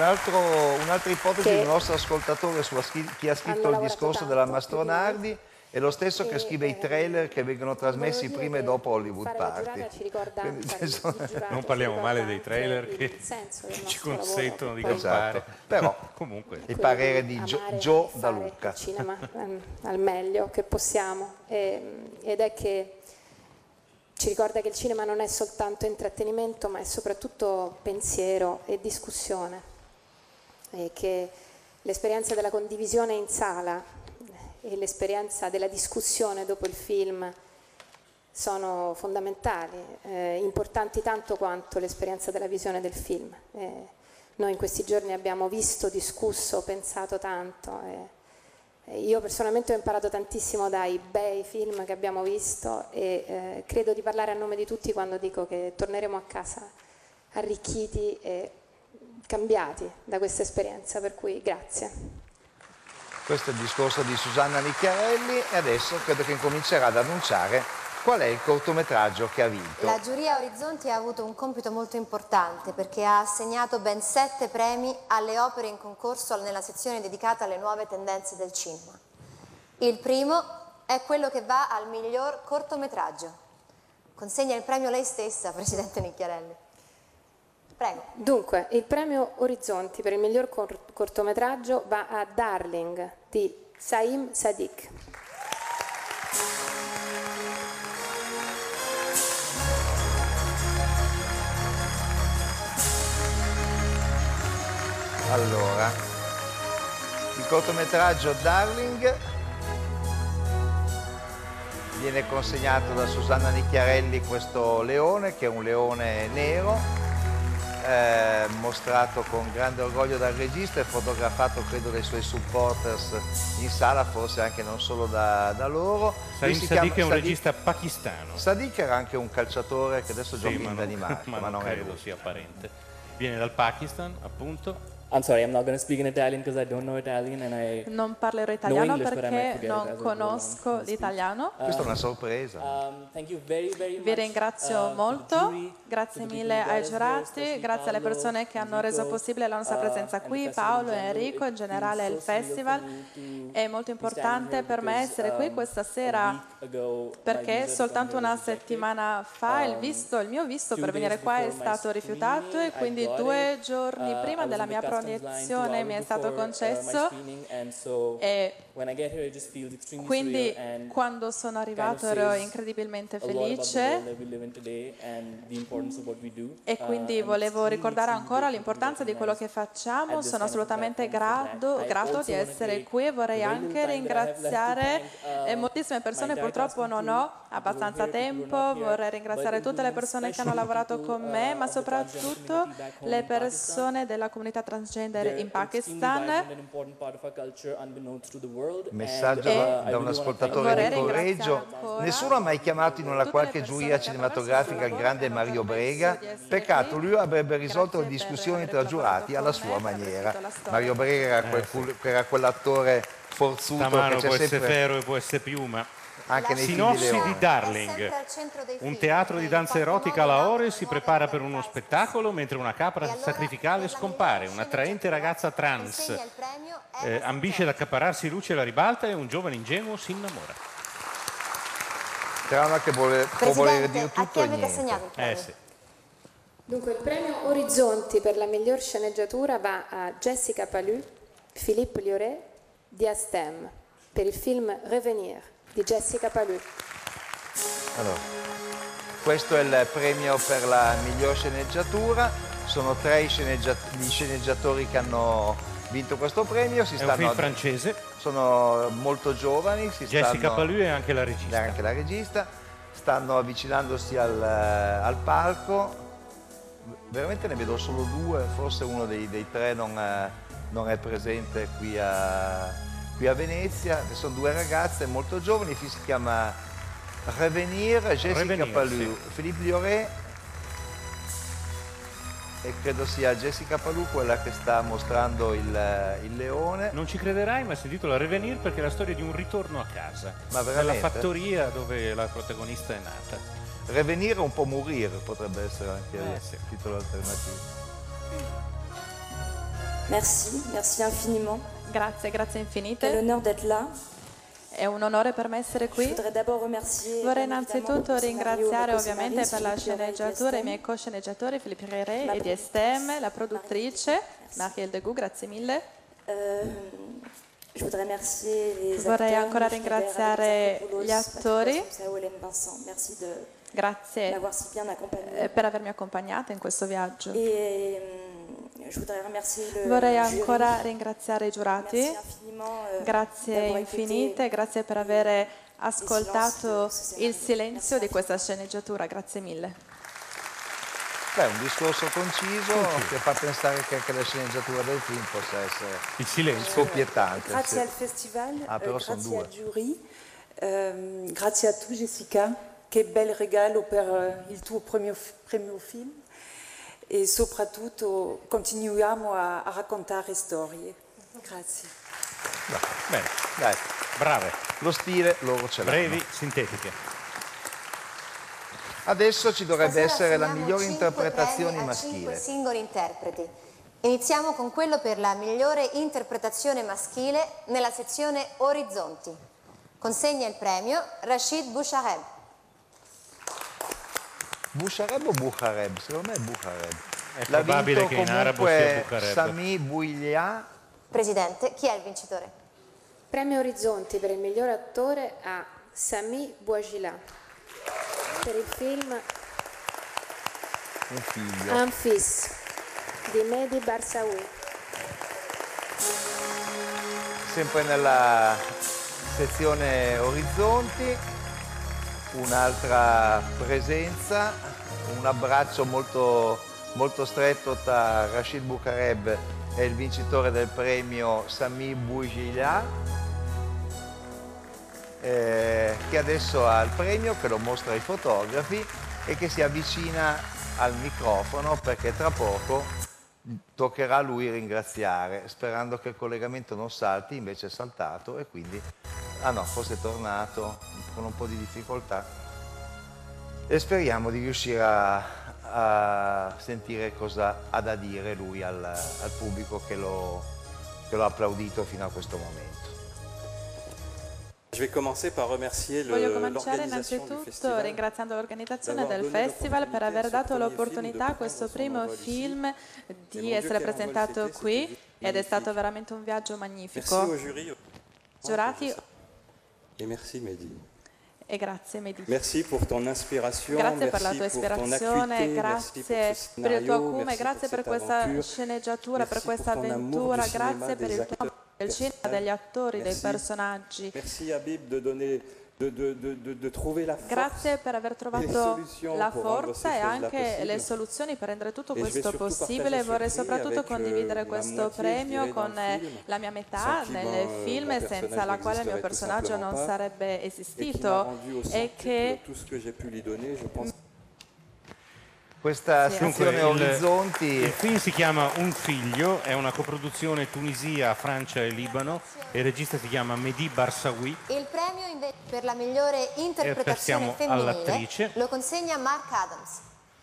Un'altra ipotesi di un nostro ascoltatore su chi ha scritto il discorso della Mastronardi È lo stesso che scrive i trailer che vengono trasmessi prima e dopo Hollywood Party. Non parliamo male dei trailer che ci consentono di campare. Esatto. Però comunque il parere di Joe Da Luca. Il cinema al meglio che possiamo ed è che ci ricorda che il cinema non è soltanto intrattenimento, ma è soprattutto pensiero e discussione, e che l'esperienza della condivisione in sala e l'esperienza della discussione dopo il film sono fondamentali, importanti tanto quanto l'esperienza della visione del film. Noi in questi giorni abbiamo visto, discusso, pensato tanto. Io personalmente ho imparato tantissimo dai bei film che abbiamo visto e credo di parlare a nome di tutti quando dico che torneremo a casa arricchiti e cambiati da questa esperienza, per cui grazie. Questo è il discorso di Susanna Nicchiarelli e adesso credo che incomincerà ad annunciare qual è il cortometraggio che ha vinto. La giuria Orizzonti ha avuto un compito molto importante perché ha assegnato ben 7 premi alle opere in concorso nella sezione dedicata alle nuove tendenze del cinema. Il primo è quello che va al miglior cortometraggio. Consegna il premio lei stessa, Presidente Nicchiarelli. Prego. Dunque, il premio Orizzonti per il miglior cortometraggio va a Darling di Saim Sadiq. Allora, il cortometraggio Darling viene consegnato da Susanna Nicchiarelli, questo leone, che è un leone nero, mostrato con grande orgoglio dal regista e fotografato credo dai suoi supporters in sala, forse anche non solo da loro. Saim Sadiq è un regista pakistano. Sadiq era anche un calciatore che adesso gioca in Danimarca, ma non credo sia apparente. Viene dal Pakistan, appunto. I'm sorry, I'm not going to speak in Italian because I don't know Italian and I non parlerò italiano perché non conosco l'italiano. Questa è una sorpresa. Thank you very Vi ringrazio molto, grazie mille ai giurati, grazie alle persone che hanno reso possibile la nostra presenza qui, Paolo, Enrico, in generale il festival. È molto importante per me essere qui questa sera perché soltanto una settimana fa il mio visto per venire qua è stato rifiutato e quindi 2 giorni prima della mia proiezione mi è stato concesso e quindi quando sono arrivato ero incredibilmente felice e quindi volevo ricordare ancora l'importanza di quello che facciamo. Sono assolutamente grato di essere qui e vorrei anche ringraziare moltissime persone. Purtroppo non ho abbastanza tempo, vorrei ringraziare tutte le persone che hanno lavorato con me, ma soprattutto le persone della comunità transgender in Pakistan. Messaggio da un ascoltatore di Correggio: nessuno ha mai chiamato in una qualche giuria cinematografica il grande Mario Brega, peccato, lui avrebbe risolto le discussioni tra giurati alla sua maniera. Mario Brega era quell'attore forzuto che c'è può sempre... essere Ferro e può essere Piuma. Anche nei Sinossi di Darling, un teatro di danza erotica a Lahore si prepara per uno spettacolo mentre una capra sacrificale scompare. Un'attraente ragazza trans ambisce ad accaparrarsi luce alla ribalta e un giovane ingenuo si innamora. Trama che può voler dire tutto e niente. Sì. Dunque il premio Orizzonti per la miglior sceneggiatura va a Jessica Palus, Philippe Lioré, Diastem per il film Revenir di Jessica Palus. Allora, questo è il premio per la miglior sceneggiatura. Sono 3 gli sceneggiatori che hanno vinto questo premio. È un film francese. Sono molto giovani. Jessica Palus è anche la regista. È anche la regista. Stanno avvicinandosi al palco. Veramente ne vedo solo 2, forse uno dei 3 non è presente qui a Venezia. Sono 2 ragazze molto giovani, il film si chiama Revenir, Jessica Palus, sì. Philippe Lioré, e credo sia Jessica Palus quella che sta mostrando il leone. Non ci crederai, ma si intitola Revenir perché è la storia di un ritorno a casa, ma veramente? Nella fattoria dove la protagonista è nata. Revenir un po' morire potrebbe essere anche il titolo alternativo. Merci infiniment. Grazie infinite. È l'onore d'être là. È un onore per me essere qui. Vorrei innanzitutto ringraziare ovviamente per la sceneggiatura i miei co-sceneggiatori Philippe Réré e di Estem, la produttrice Marielle Degout, grazie mille. Vorrei ancora ringraziare gli attori. Grazie per avermi accompagnata in questo viaggio. Vorrei ancora ringraziare i giurati, grazie infinite, grazie per aver ascoltato il silenzio di questa sceneggiatura, grazie mille. Beh, un discorso conciso che fa pensare che anche la sceneggiatura del film possa essere scoppiettante. Grazie al festival, però sono grazie due. al jury, grazie a tu Jessica, che bel regalo per il tuo primo film. E soprattutto continuiamo a raccontare storie. Grazie. Bene, dai, brave. Lo stile loro ce l'hanno. Brevi, sintetiche. Adesso ci dovrebbe Stasera essere la assegniamo migliore 5 interpretazione premi a 5 maschile. singoli interpreti. Iniziamo con quello per la migliore interpretazione maschile nella sezione Orizzonti. Consegna il premio Rachid Bouchareb. Bouchareb o Bouchareb? Secondo me è Bouchareb. È L'ha probabile vinto che in arabo sia comunque Bouchareb. Sami Bouillia. Presidente, chi è il vincitore? Premio Orizzonti per il miglior attore a Sami Bouajila per il film Un figlio. Un fils di Mehdi Barsaoui. Sempre nella sezione Orizzonti, un'altra presenza, un abbraccio molto, molto stretto tra Rachid Bouchareb e il vincitore del premio Sami Bouajila, che adesso ha il premio, che lo mostra ai fotografi e che si avvicina al microfono perché tra poco toccherà a lui ringraziare, sperando che il collegamento non salti, invece è saltato e quindi, forse è tornato con un po' di difficoltà e speriamo di riuscire a sentire cosa ha da dire lui al pubblico che lo ha applaudito fino a questo momento. Voglio cominciare innanzitutto ringraziando l'organizzazione del festival per aver dato l'opportunità a questo primo film di essere presentato qui ed è stato veramente un viaggio magnifico. Giurati e grazie Mehdi. Grazie per la tua ispirazione, grazie per il tuo acume, grazie per questa sceneggiatura, per questa avventura, grazie per il tuo amore del cinema, degli attori, dei personaggi. Grazie per aver trovato la forza e anche le soluzioni per rendere tutto questo possibile. Vorrei soprattutto condividere questo premio con la mia metà nel film, senza la quale il mio personaggio non sarebbe esistito e che questa sezione Orizzonti. Il film si chiama Un figlio, è una coproduzione Tunisia, Francia e Libano e il regista si chiama Mehdi Barsaoui. Il premio invece per la migliore interpretazione passiamo femminile all'attrice. lo consegna Mark Adams.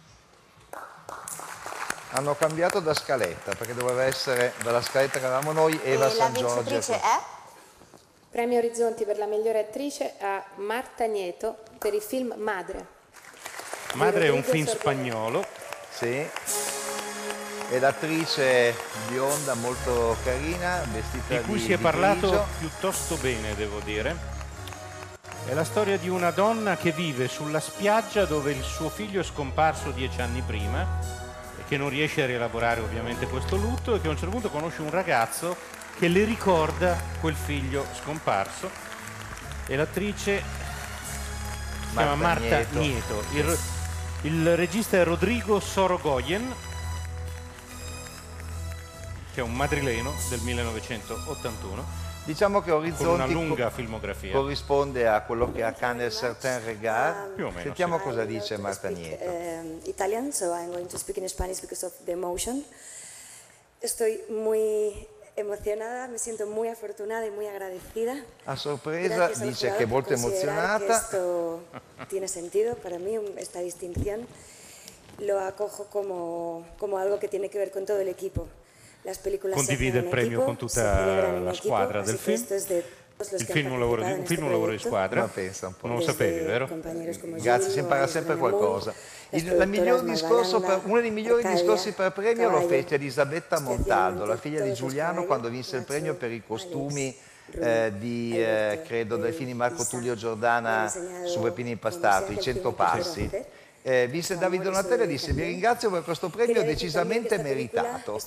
Hanno cambiato da scaletta perché doveva essere dalla scaletta che avevamo noi Eva E San la Giorgio. vincitrice è? Premio Orizzonti per la migliore attrice a Marta Nieto per il film Madre. Madre è un Rodrigo film Sorghetti. spagnolo. Sì. E l'attrice bionda molto carina, vestita Di cui si è di parlato grigio. piuttosto bene, devo dire. È la storia di una donna che vive sulla spiaggia dove il suo figlio è scomparso 10 anni prima e che non riesce a rielaborare ovviamente questo lutto e che a un certo punto conosce un ragazzo che le ricorda quel figlio scomparso e l'attrice si chiama Marta Nieto. Il regista è Rodrigo Sorogoyen, che è un madrileno del 1981. Diciamo che Orizzonti con una lunga filmografia. Corrisponde a quello che a Cannes Certain Regard. Più o meno, Sentiamo sì. cosa dice Marta Nieto. Italian, so I'm going to speak in Spanish because of the emotion. Estoy muy emocionada, me siento muy afortunada y muy agradecida. A sorpresa Gracias al dice jurado che è por molto considerar que emozionata. esto tiene sentido para mí, esta distinción. Lo acojo como algo que tiene que ver con todo el equipo. Las películas Condivide se hacen il en premio equipo, con tutta se celebran en la equipo, squadra así del que film. esto es de Il film un lavoro di squadra. Ma pensa un po'. Non lo sapevi, vero? Grazie, si impara sempre qualcosa. Uno dei migliori discorsi per premio lo fece Elisabetta Montaldo, la figlia di Giuliano, quando vinse il premio per i costumi credo del film di Marco Tullio Giordana su Peppino Impastato, I 100 passi. Vinse Davide Donatello e disse: vi ringrazio per questo premio decisamente meritato.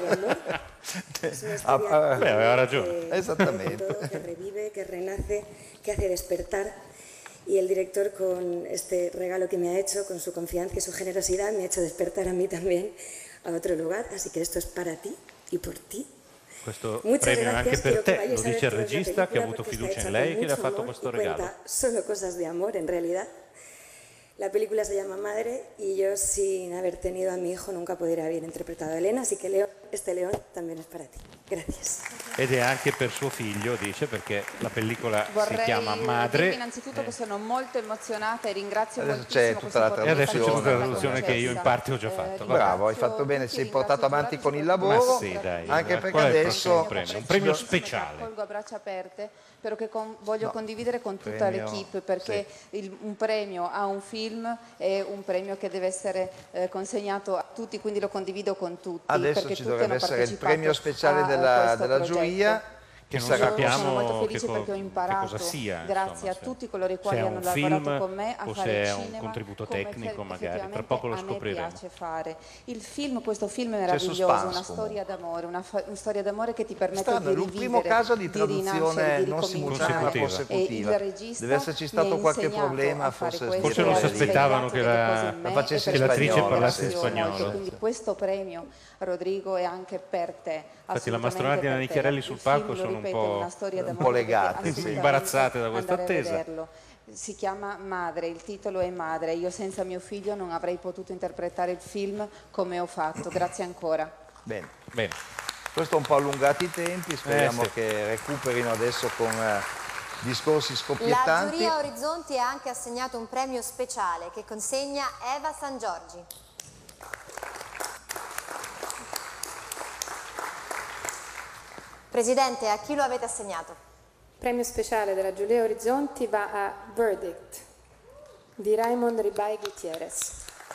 Aveva ragione. Esattamente. Que revive, que renace, que hace despertar. Y el director, con este regalo que me ha hecho, con su confianza y su generosidad, me ha hecho despertar a mí también a otro lugar. Así que esto es para ti y por ti. Questo premio è anche per te, lo dice il regista che ha avuto fiducia in lei e che le ha fatto questo regalo. Solo cosas de amor, en realidad. La película se llama Madre y yo, sin haber tenido a mi hijo, nunca podría haber interpretado a Elena, así que Leo, este león también es para ti. Gracias. Ed è anche per suo figlio, dice, perché la pellicola si chiama Madre. Innanzitutto che sono molto emozionata e ringrazio Adesso moltissimo c'è tutta la E adesso c'è tutta la traduzione. traduzione che io in parte ho già fatto. Bravo, hai fatto bene, sei portato avanti con il lavoro, Ma sì, dai, anche perché qual è il adesso prossimo premio? Un premio speciale. Accolgo a braccia aperte, però che voglio condividere con tutta l'equipe, perché un premio a un film è un premio che deve essere consegnato a tutti, quindi lo condivido con tutti. adesso ci dovrebbe essere il premio speciale della giuria, che non Sono sappiamo molto felice perché ho imparato, cosa sia, grazie insomma, a tutti coloro i quali se è hanno un lavorato film con me a o fare se è il un cinema contributo come tecnico, magari tra effettivamente poco lo a me scopriremo. piace fare. Il film, questo film è meraviglioso, una storia d'amore, una storia d'amore che ti permette Strano, di è un rivivere, primo caso di rinascere, traduzione di non simultanea ma ricominciare. consecutiva. E il regista Deve esserci mi stato ha qualche insegnato problema, a fare forse questo, non si ha aspettavano svegliato che delle cose in me facesse e per l'attrice questo parlasse in ringrazio spagnolo. molto. Quindi questo premio, Rodrigo, è anche per te. Infatti la Mastronardi e la Nicchiarelli sul palco sono un po' legate, imbarazzate da questa attesa. Si chiama Madre, il titolo è Madre. Io senza mio figlio non avrei potuto interpretare il film come ho fatto. Grazie ancora. Bene. Bene. Questo ha un po' allungato i tempi, speriamo sì. che recuperino adesso con discorsi La scoppiettanti. giuria Orizzonti ha anche assegnato un premio speciale che consegna Eva San Giorgi. Presidente, a chi lo avete assegnato? Premio speciale della Giuria Orizzonti va a Verdict di Raymond Ribay Gutierrez.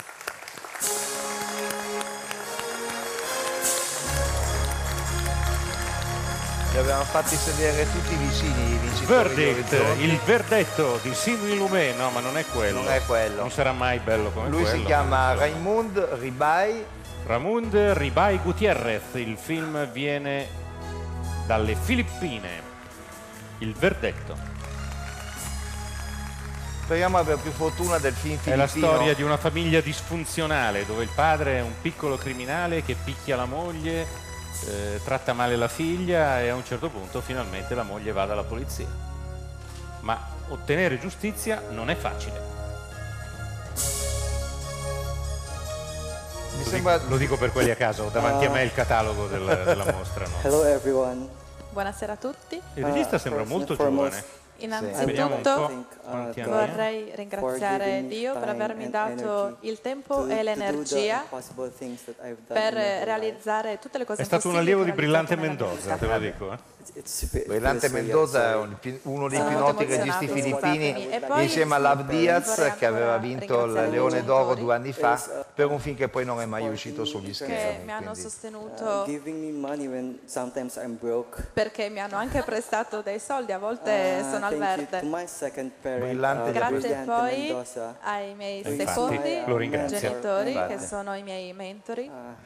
Li avevamo fatti sedere tutti vicini i vincitori Verdict, di Orizzonti. il verdetto di Sidney Lumet, no, ma non è quello. Non è quello. Non sarà mai bello come Lui quello. si chiama Raymond Ribay. Ramund Ribay Gutierrez, il film viene dalle Filippine. Il verdetto. Speriamo abbia più fortuna del film filippino. È la storia di una famiglia disfunzionale dove il padre è un piccolo criminale che picchia la moglie, tratta male la figlia e a un certo punto finalmente la moglie va dalla polizia. Ma ottenere giustizia non è facile. Lo dico per quelli a caso, ho davanti a me il catalogo della mostra. No? Hello everyone. Buonasera a tutti. Il regista sembra molto giovane. Innanzitutto vorrei ringraziare Dio per avermi dato il tempo e l'energia per realizzare tutte le cose È stato un allievo di Brillante Mendoza, te lo dico. Brillante Mendoza è uno dei più noti registi filippini, E poi insieme a Lab Diaz, vorrei che aveva ancora vinto il ringraziare i Leone miei d'Oro genitori 2 anni fa, per un film che poi non è mai uscito sugli che schermi. mi hanno quindi. sostenuto, Giving me money when sometimes I'm broke. perché mi hanno anche prestato dei soldi, a volte sono al Thank you verde. to my second parent, Brillante Grazie Presidente poi Mendoza. ai miei Infatti, secondi lo ringrazio. genitori, Infatti. che sono i miei mentori.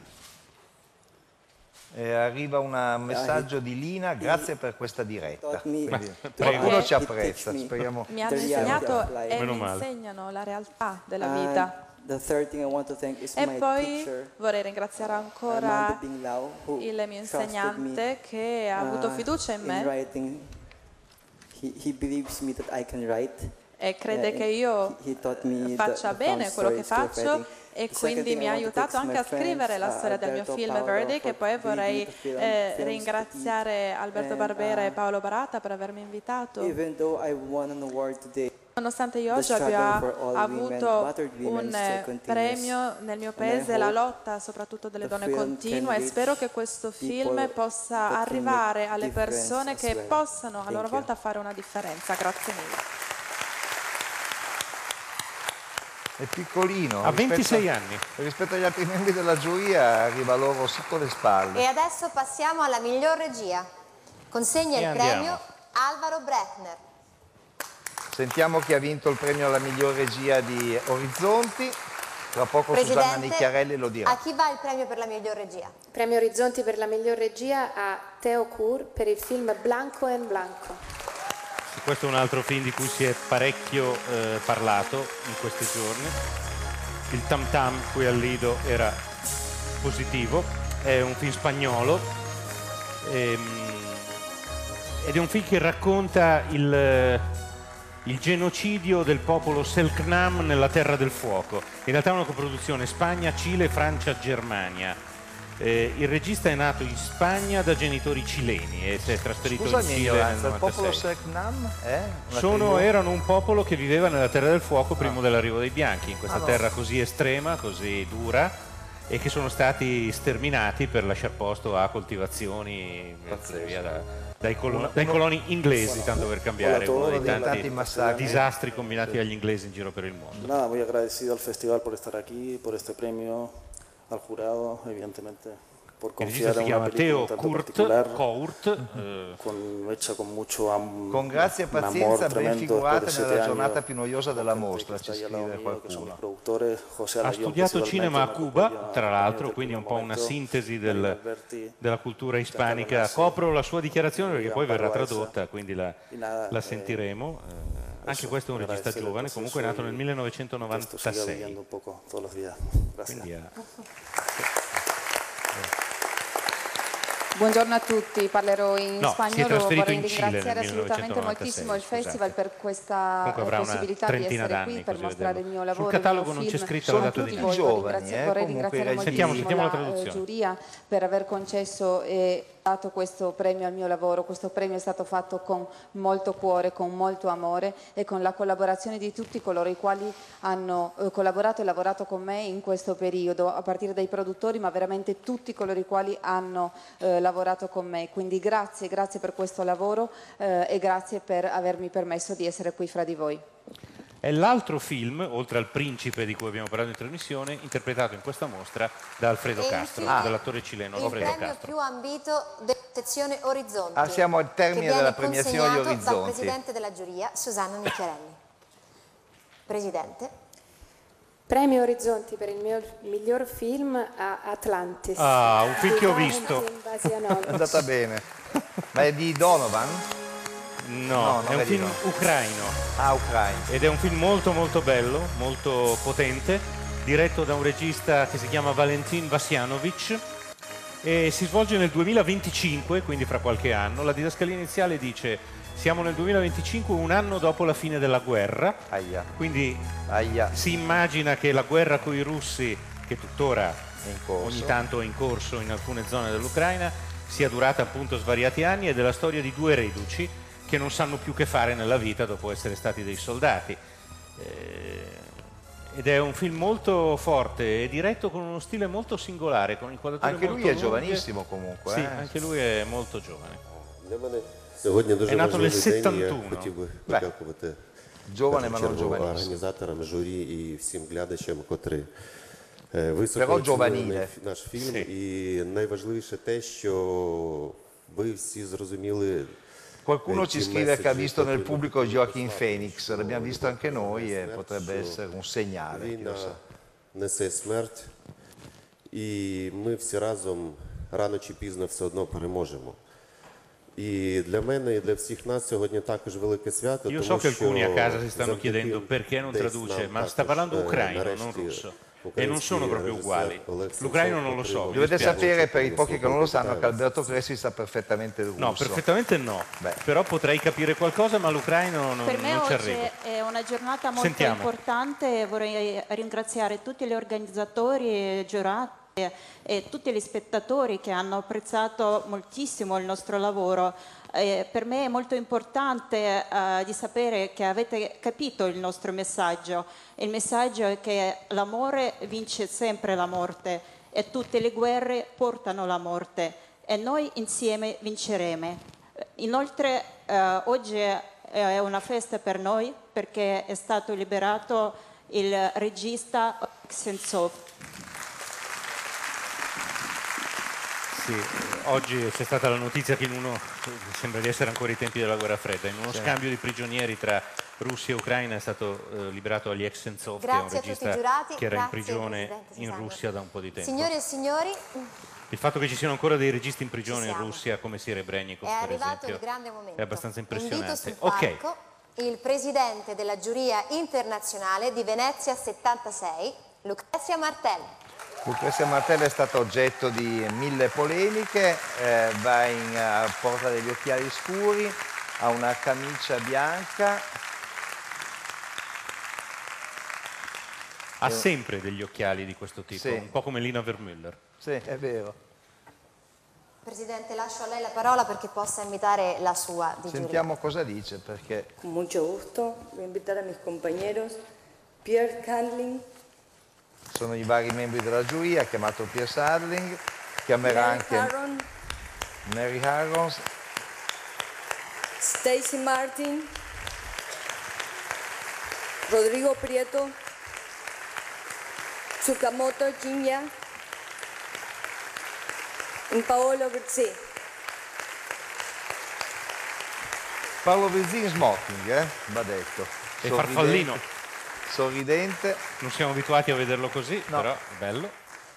Arriva un messaggio di Lina, grazie per questa diretta. Quindi, prego. qualcuno ci apprezza, speriamo. Mi hanno insegnato e mi insegnano la realtà della vita. The third thing I want to thank is E my poi teacher, vorrei ringraziare Amanda ancora Binglao, who il mio trusted insegnante che ha avuto fiducia in me writing. He believes me that I can write. e crede che io He taught me faccia the bene quello che found story faccio writing. e The second quindi thing mi I ha want to aiutato thank anche a my scrivere friends, la storia del mio Alberto film Paolo Verdict, for e poi vorrei believing me to film ringraziare Alberto And, Barbera e Paolo Barata per avermi invitato. Even though I won an award today, Nonostante io oggi abbia avuto un premio nel mio paese, la lotta soprattutto delle donne continua, e spero che questo film possa arrivare alle persone che possano a loro volta fare una differenza. Grazie mille. È piccolino. Ha 26 anni. Rispetto agli altri membri della giuria arriva loro sotto le spalle. E adesso passiamo alla miglior regia. Consegna il premio Alvaro Brechner. Sentiamo chi ha vinto il premio alla miglior regia di Orizzonti. Tra poco Susanna Nicchiarelli lo dirà. A chi va il premio per la miglior regia? Premio Orizzonti per la miglior regia a Theo Kur per il film Blanco en Blanco. Questo è un altro film di cui si è parecchio parlato in questi giorni. Il Tam Tam qui al Lido era positivo. È un film spagnolo ed è un film che racconta il genocidio del popolo Selknam nella Terra del Fuoco. In realtà è una coproduzione Spagna, Cile, Francia, Germania. Il regista è nato in Spagna da genitori cileni e si è trasferito in Cile nel 96. Il popolo Selknam erano un popolo che viveva nella Terra del Fuoco prima dell'arrivo dei bianchi, in questa terra così estrema, così dura, e che sono stati sterminati per lasciar posto a coltivazioni dai coloni inglesi, tanto per cambiare, uno dei tanti disastri combinati dagli inglesi in giro per il mondo. Nada, muy agradecido al festival por estar aquí, por este premio, al jurado, evidentemente, por confiar en una película tanto particular, hecha con mucho con grazia e pazienza ben figurata nella giornata più noiosa della mostra, ci scrive qualcuno. Ha studiato cinema a Cuba, tra l'altro, quindi è un po' una sintesi della cultura ispanica. Copro la sua dichiarazione perché poi verrà tradotta, quindi la sentiremo. Anche questo è un regista giovane, comunque è nato nel 1996. Quindi Buongiorno a tutti, parlerò in spagnolo. Vorrei in Cile ringraziare assolutamente moltissimo il festival per questa possibilità di essere qui per mostrare il mio lavoro. Sul catalogo non c'è scritto la data di nascita. Vorrei ringraziare moltissimo la giuria per aver concesso e dato questo premio al mio lavoro. Questo premio è stato fatto con molto cuore, con molto amore e con la collaborazione di tutti coloro i quali hanno collaborato e lavorato con me in questo periodo, a partire dai produttori, ma veramente tutti coloro i quali hanno lavorato con me. Quindi grazie per questo lavoro e grazie per avermi permesso di essere qui fra di voi. È l'altro film, oltre al Principe di cui abbiamo parlato in trasmissione, interpretato in questa mostra da Alfredo Castro, dall'attore cileno Alfredo Castro. Il premio più ambito della sezione Orizzonti. Siamo al termine della premiazione di Orizzonti. Dal presidente della giuria, Susanna Nicchiarelli. Presidente. Premio Orizzonti per il mio miglior film a Atlantis. Un film che ho visto. È andata bene. Ma è di Donovan? No, è un film ucraino. Ucraino. Ed è un film molto molto bello, molto potente, diretto da un regista che si chiama Valentin Vassianovic e si svolge nel 2025, quindi fra qualche anno. La didascalia iniziale dice: siamo nel 2025, un anno dopo la fine della guerra. Quindi si immagina che la guerra con i russi, che tuttora ogni tanto è in corso in alcune zone dell'Ucraina, sia durata appunto svariati anni, ed è la storia di due reduci che non sanno più che fare nella vita dopo essere stati dei soldati. Ed è un film molto forte e diretto con uno stile molto singolare, con inquadrature anche molto lui è lunghe. giovanissimo comunque. Sì, anche lui è molto giovane. È nato nel 71. Giovane ma non giovanissimo. Організаторам журі і всім глядачам, котрі Però високо giovanile. оцінили наш фільм. І найважливіше те, що ви всі зрозуміли. Qualcuno ci scrive che ha visto nel pubblico Joaquin Phoenix, l'abbiamo visto anche noi e potrebbe essere un segnale. Війна несе смерть, і ми всі разом рано чи пізно все одно переможемо. І для мене, і для всіх нас сьогодні також велике свято, Io so che alcuni a casa si stanno chiedendo perché non traduce, ma sta parlando ucraino, non russo. E non sono proprio uguali. L'ucraino non lo so. Dovete sapere, per i pochi che non lo sanno, che Alberto Crespi sa perfettamente il russo. No, perfettamente no. Però potrei capire qualcosa, ma l'ucraino non ci arrivo. Per me oggi è una giornata molto importante. Vorrei ringraziare tutti gli organizzatori e e tutti gli spettatori che hanno apprezzato moltissimo il nostro lavoro. Per me è molto importante di sapere che avete capito il nostro messaggio. Il messaggio è che l'amore vince sempre la morte e tutte le guerre portano la morte e noi insieme vinceremo. Inoltre oggi è una festa per noi perché è stato liberato il regista Sentsov. Sì, oggi c'è stata la notizia che in uno, sembra di essere ancora i tempi della guerra fredda, in uno scambio di prigionieri tra Russia e Ucraina è stato liberato Oleg Sentsov, che è un regista che era in prigione in Russia da un po' di tempo. Signori e signori, il fatto che ci siano ancora dei registi in prigione in Russia come Serebrennikov, per esempio, il grande momento. è abbastanza impressionante. Invito sul palco il presidente della giuria internazionale di Venezia 76, Lucrezia Martel. Lucrezia Martel è stata oggetto di 1000 polemiche, porta degli occhiali scuri, ha una camicia bianca. Ha sempre degli occhiali di questo tipo, sì, un po' come Lina Vermüller. Sì, è vero. Presidente, lascio a lei la parola perché possa invitare la sua di giuria. Sentiamo cosa dice, perché... Con mucho gusto, voy a invitar a mis compañeros, Pierre Candling. Sono i vari membri della giuria, ha chiamato Pierre Sadling, chiamerà anche Mary Harrons, Stacy Martin, Rodrigo Prieto, Tsukamoto Jinya, Paolo Virzì. Paolo Virzì in smoking, va detto. E farfallino. Sorridente. Non siamo abituati a vederlo così, no, però è bello.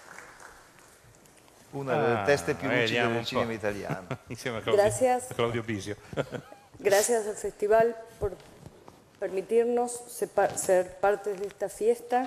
Una delle teste più lucide del cinema italiano. Insieme a Claudio Bisio. Gracias al festival por permitirnos ser parte de esta fiesta.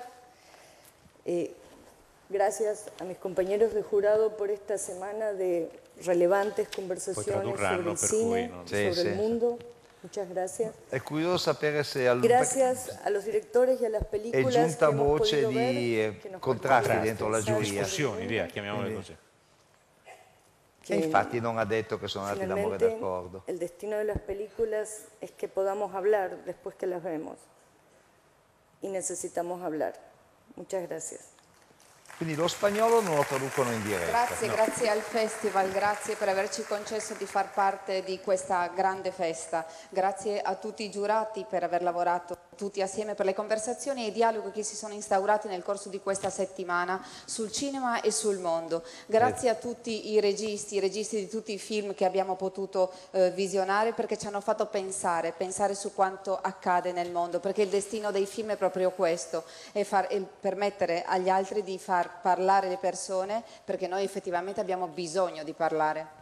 Gracias a mis compañeros de jurado por esta semana de relevantes conversaciones sobre el cine, sobre el mundo. Muchas gracias. È curioso sapere se gracias a los directores y a las películas è giunta voce di contrasti dentro la giuria. Discussioni, via, chiamiamole così. E infatti non ha detto che sono andati d'amore d'accordo. El destino de las películas es que podamos hablar después que las vemos. Y necesitamos hablar. Muchas gracias. Quindi lo spagnolo non lo traducono in diretta. Grazie, no. Grazie al festival, grazie per averci concesso di far parte di questa grande festa. Grazie a tutti i giurati per aver lavorato tutti assieme per le conversazioni e i dialoghi che si sono instaurati nel corso di questa settimana sul cinema e sul mondo. Grazie a tutti i registi di tutti i film che abbiamo potuto visionare, perché ci hanno fatto pensare su quanto accade nel mondo, perché il destino dei film è proprio questo, e permettere agli altri di far parlare le persone, perché noi effettivamente abbiamo bisogno di parlare.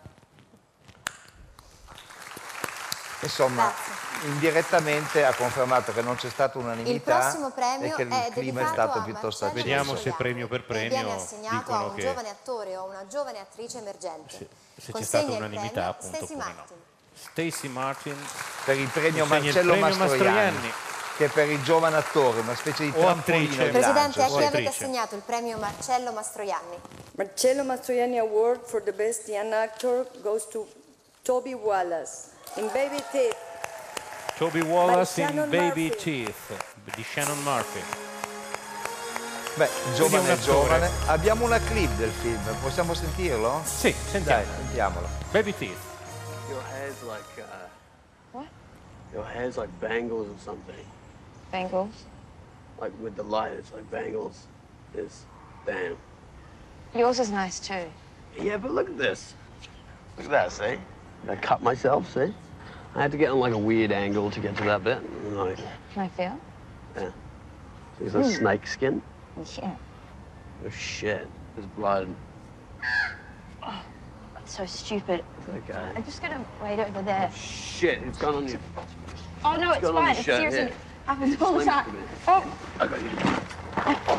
Insomma, indirettamente ha confermato che non c'è stata unanimità e che il clima è stato piuttosto acceso. Vediamo se premio per premio viene assegnato a un che... giovane attore o una giovane attrice emergente. Se c'è stata unanimità, appunto, Stacy Martin. Stacy Martin per il premio Marcello Mastroianni, che per il giovane attore, una specie di trampolino. Presidente, a chi avete assegnato il premio Marcello Mastroianni? Marcello Mastroianni Award for the Best Young Actor goes to Toby Wallace in Baby Teeth. Toby Wallace in Baby Teeth di Shannon Murphy. Beh, giovane. Abbiamo una clip del film, possiamo sentirlo? Sì, sentiamo. Dai, sentiamolo. Baby Teeth. Your hair's like what? Your hair's like bangles or something. Bangles? Like with the light, it's like bangles. This, damn. Yours is nice too. Yeah, but look at this. Look at that, see? I cut myself, see? I had to get on like a weird angle to get to that bit. And like, can I feel? Yeah. It's like snake skin. Yeah. Oh shit, there's blood. Oh, that's so stupid. Okay. I'm just gonna wait over there. Oh, shit, it's gone on you. Oh no, it's fine. It's seriously happens all the time. Oh. I got you.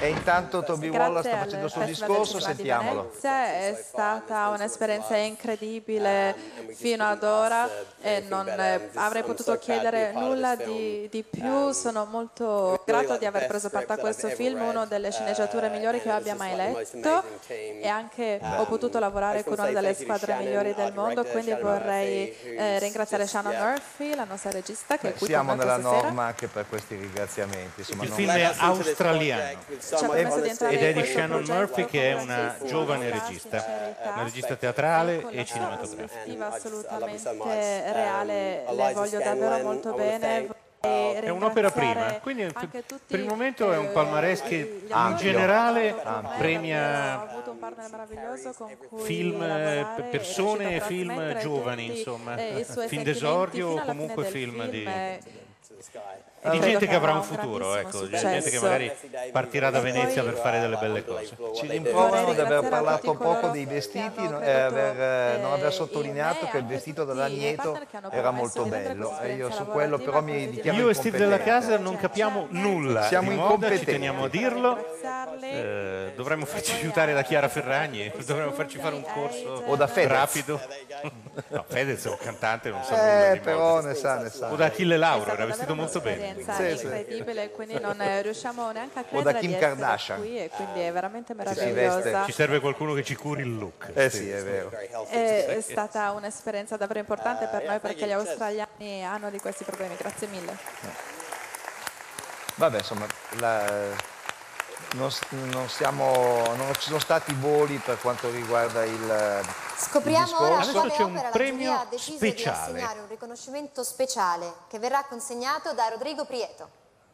E intanto Toby Wallace sta facendo il suo discorso, sentiamolo. È stata un'esperienza incredibile fino ad ora e non avrei potuto chiedere nulla di più. Sono molto grato di aver preso parte a questo film, una delle sceneggiature migliori che abbia mai letto, e anche ho potuto lavorare con una delle squadre migliori del mondo, quindi vorrei ringraziare Shannon Murphy, la nostra regista, che è qui Siamo con noi nella questa sera. norma anche per questi ringraziamenti. Insomma, Il film è australiano ed è di Shannon Murphy, che è una giovane regista, una regista teatrale e cinematografica. Assolutamente reale, le voglio davvero molto bene. È un'opera prima, quindi per il momento è un palmarès che in generale premia Ho avuto un partner meraviglioso con cui film, persone e film giovani, insomma, film d'esordio o comunque film di gente che avrà un futuro, ecco, di gente che magari partirà da Venezia per fare delle belle cose. Ci rimproverano di aver parlato poco dei vestiti e non aver sottolineato che il vestito dell'Agneto era molto bello, e io su quello però mi dichiaro Io e Steve della Casa non capiamo nulla Siamo di moda, incompetenti. ci teniamo a dirlo. Dovremmo farci aiutare da Chiara Ferragni, dovremmo farci fare un corso o da Fedez. rapido. No, Fedez è un cantante, non sa nulla di però moda. ne sa. O da Achille Lauro, era vestito molto bene. Incredibile, quindi non riusciamo neanche a O da credere Kim di essere Kardashian. qui, e quindi è veramente meravigliosa. Ci serve qualcuno che ci curi il look. Sì, è vero. È stata un'esperienza davvero importante per noi, perché gli australiani hanno di questi problemi. Grazie mille. Vabbè, insomma, non ci sono stati voli per quanto riguarda il Scopriamo ora Adesso quale c'è un opera la premio giuria ha deciso speciale. di assegnare un riconoscimento speciale che verrà consegnato da Rodrigo Prieto.